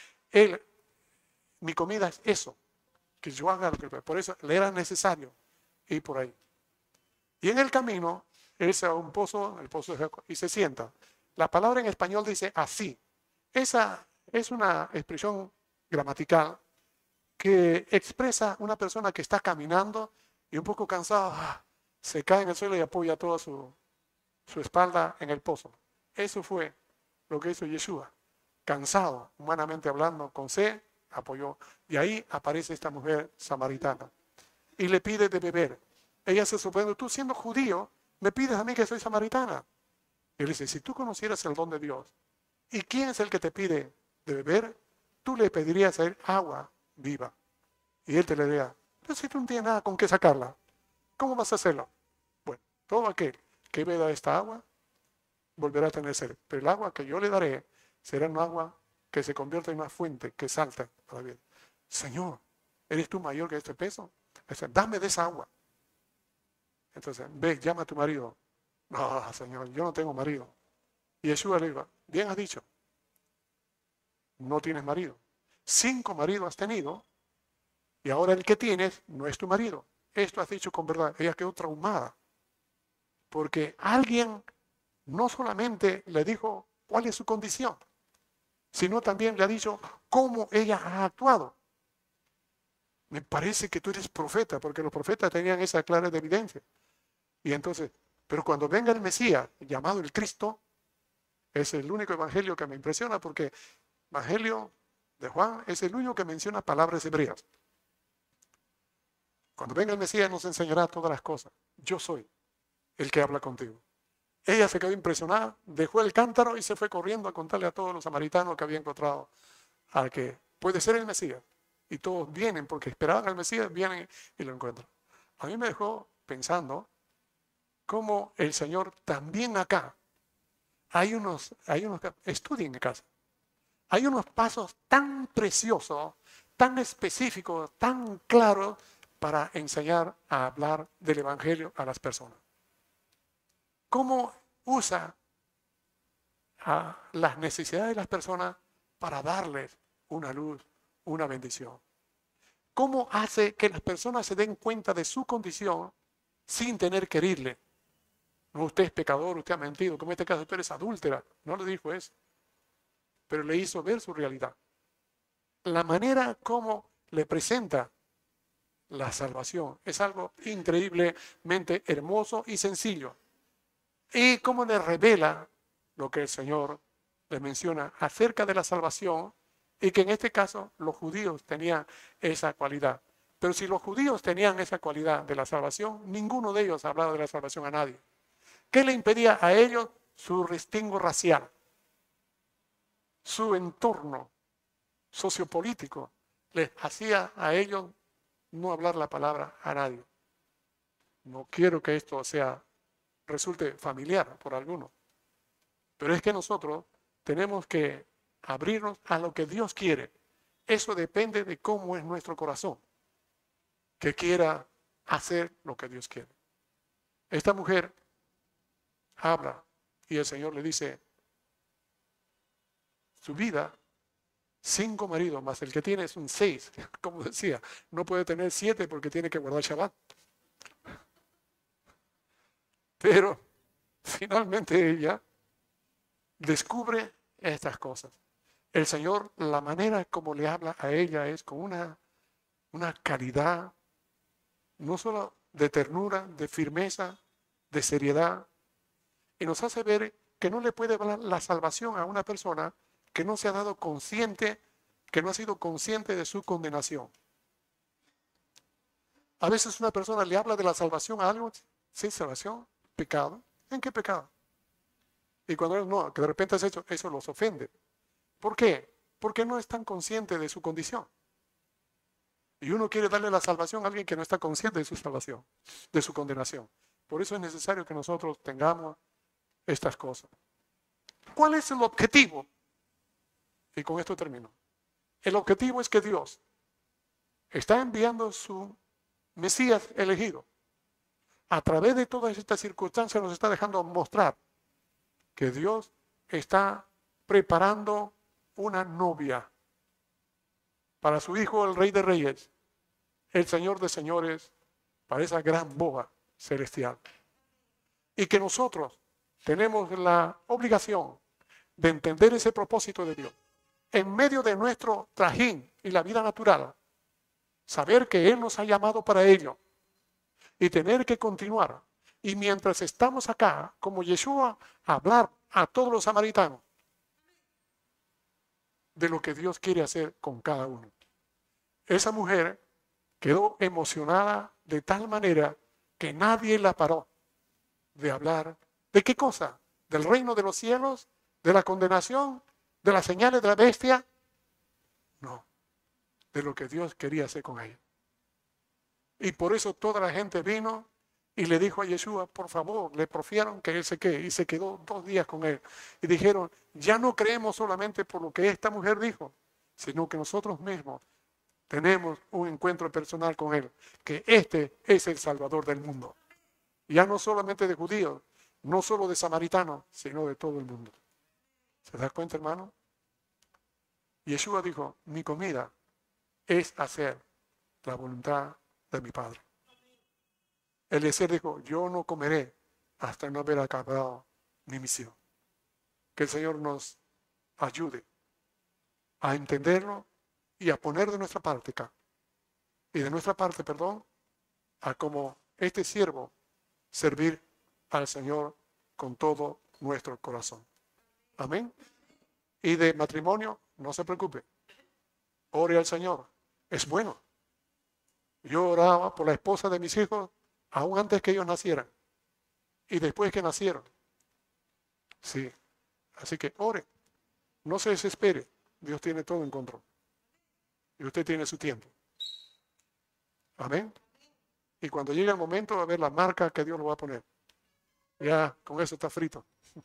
Mi comida es eso. Que yo haga lo que. Por eso le era necesario ir por ahí. Y en el camino, él se va a un pozo, el pozo de Jacob, y se sienta. La palabra en español dice así. Esa es una expresión gramatical que expresa una persona que está caminando y un poco cansada, se cae en el suelo y apoya toda su espalda en el pozo. Eso fue lo que hizo Yeshua. Cansado, humanamente hablando, con sed, apoyó. Y ahí aparece esta mujer samaritana y le pide de beber. Ella se sorprende, tú siendo judío, me pides a mí que soy samaritana. Y él dice, si tú conocieras el don de Dios, ¿y quién es el que te pide de beber? Tú le pedirías a él agua viva. Y él te le diría, pero si tú no tienes nada con qué sacarla, ¿cómo vas a hacerlo? Bueno, todo aquel que beba esta agua volverá a tener sed. Pero el agua que yo le daré será un agua que se convierte en una fuente que salta para la vida. Señor, ¿eres tú mayor que este peso? Dame de esa agua. Entonces, ve, llama a tu marido. No, Señor, yo no tengo marido. Y Yeshua le dijo, bien has dicho, no tienes marido. 5 maridos has tenido y ahora el que tienes no es tu marido. Esto has dicho con verdad. Ella quedó traumada porque alguien no solamente le dijo cuál es su condición, sino también le ha dicho cómo ella ha actuado. Me parece que tú eres profeta, porque los profetas tenían esa clara evidencia. Y entonces, pero cuando venga el Mesías, llamado el Cristo, es el único evangelio que me impresiona, porque el evangelio de Juan es el único que menciona palabras hebreas. Cuando venga el Mesías nos enseñará todas las cosas. Yo soy el que habla contigo. Ella se quedó impresionada, dejó el cántaro y se fue corriendo a contarle a todos los samaritanos que había encontrado al que puede ser el Mesías. Y todos vienen porque esperaban al Mesías, vienen y lo encuentran. A mí me dejó pensando cómo el Señor también acá, estudien en casa, hay unos pasos tan preciosos, tan específicos, tan claros para enseñar a hablar del Evangelio a las personas. ¿Cómo usa a las necesidades de las personas para darles una luz, una bendición? ¿Cómo hace que las personas se den cuenta de su condición sin tener que herirle? No, usted es pecador, usted ha mentido, como en este caso tú eres adúltera. No le dijo eso, pero le hizo ver su realidad. La manera como le presenta la salvación es algo increíblemente hermoso y sencillo. Y cómo le revela lo que el Señor le menciona acerca de la salvación, y que en este caso los judíos tenían esa cualidad. Pero si los judíos tenían esa cualidad de la salvación, ninguno de ellos hablaba de la salvación a nadie. ¿Qué le impedía a ellos? Su distingo racial, su entorno sociopolítico, les hacía a ellos no hablar la palabra a nadie. No quiero que esto resulte familiar por alguno, pero es que nosotros tenemos que abrirnos a lo que Dios quiere. Eso depende de cómo es nuestro corazón, que quiera hacer lo que Dios quiere. Esta mujer habla y el Señor le dice, su vida, 5 maridos más el que tiene es un 6, como decía, no puede tener 7 porque tiene que guardar Shabbat. Pero finalmente ella descubre estas cosas. El Señor, la manera como le habla a ella es con una caridad, no solo de ternura, de firmeza, de seriedad, y nos hace ver que no le puede hablar la salvación a una persona que no se ha dado consciente, que no ha sido consciente de su condenación. A veces una persona le habla de la salvación a algo, sin salvación, pecado. ¿En qué pecado? Y cuando no, que de repente has hecho, eso los ofende. ¿Por qué? Porque no están conscientes de su condición. Y uno quiere darle la salvación a alguien que no está consciente de su salvación, de su condenación. Por eso es necesario que nosotros tengamos estas cosas. ¿Cuál es el objetivo? Y con esto termino. El objetivo es que Dios está enviando su Mesías elegido. A través de todas estas circunstancias nos está dejando mostrar que Dios está preparando una novia para su Hijo, el Rey de Reyes, el Señor de Señores, para esa gran boda celestial. Y que nosotros tenemos la obligación de entender ese propósito de Dios. En medio de nuestro trajín y la vida natural, saber que Él nos ha llamado para ello y tener que continuar. Y mientras estamos acá, como Yeshua, hablar a todos los samaritanos de lo que Dios quiere hacer con cada uno. Esa mujer quedó emocionada de tal manera que nadie la paró de hablar. ¿De qué cosa? ¿Del reino de los cielos? ¿De la condenación? ¿De las señales de la bestia? No, de lo que Dios quería hacer con ella. Y por eso toda la gente vino y le dijo a Yeshua, por favor, le profieron que él se quede. Y se quedó 2 días con él. Y dijeron, ya no creemos solamente por lo que esta mujer dijo, sino que nosotros mismos tenemos un encuentro personal con él, que este es el Salvador del mundo. Ya no solamente de judíos, no solo de samaritanos, sino de todo el mundo. ¿Se da cuenta, hermano? Yeshua dijo, mi comida es hacer la voluntad de mi Padre. Eliezer dijo, yo no comeré hasta no haber acabado mi misión. Que el Señor nos ayude a entenderlo y a poner de nuestra parte acá. Y de nuestra parte, perdón, a como este siervo servir al Señor con todo nuestro corazón. Amén. Y de matrimonio, no se preocupe. Ore al Señor. Es bueno. Yo oraba por la esposa de mis hijos aún antes que ellos nacieran. Y después que nacieron. Sí. Así que ore. No se desespere. Dios tiene todo en control. Y usted tiene su tiempo. Amén. Y cuando llegue el momento va a ver la marca que Dios lo va a poner. Ya, con eso está frito.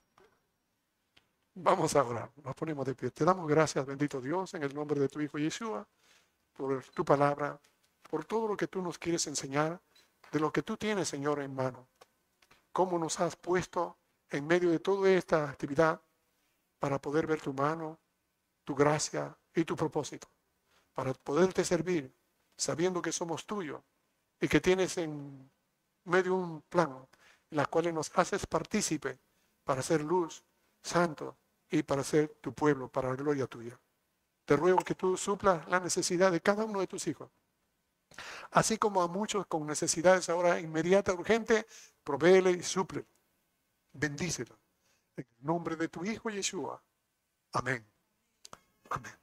Vamos a orar. Nos ponemos de pie. Te damos gracias, bendito Dios, en el nombre de tu Hijo Yeshua, por tu palabra, por todo lo que tú nos quieres enseñar, de lo que tú tienes, Señor, en mano. Cómo nos has puesto en medio de toda esta actividad para poder ver tu mano, tu gracia y tu propósito. Para poderte servir, sabiendo que somos tuyos y que tienes en medio un plan en la cual nos haces partícipe para ser luz, santo y para ser tu pueblo, para la gloria tuya. Te ruego que tú suplas la necesidad de cada uno de tus hijos. Así como a muchos con necesidades ahora inmediatas, urgentes, provéele y suple. Bendícelo. En el nombre de tu Hijo Yeshua. Amén. Amén.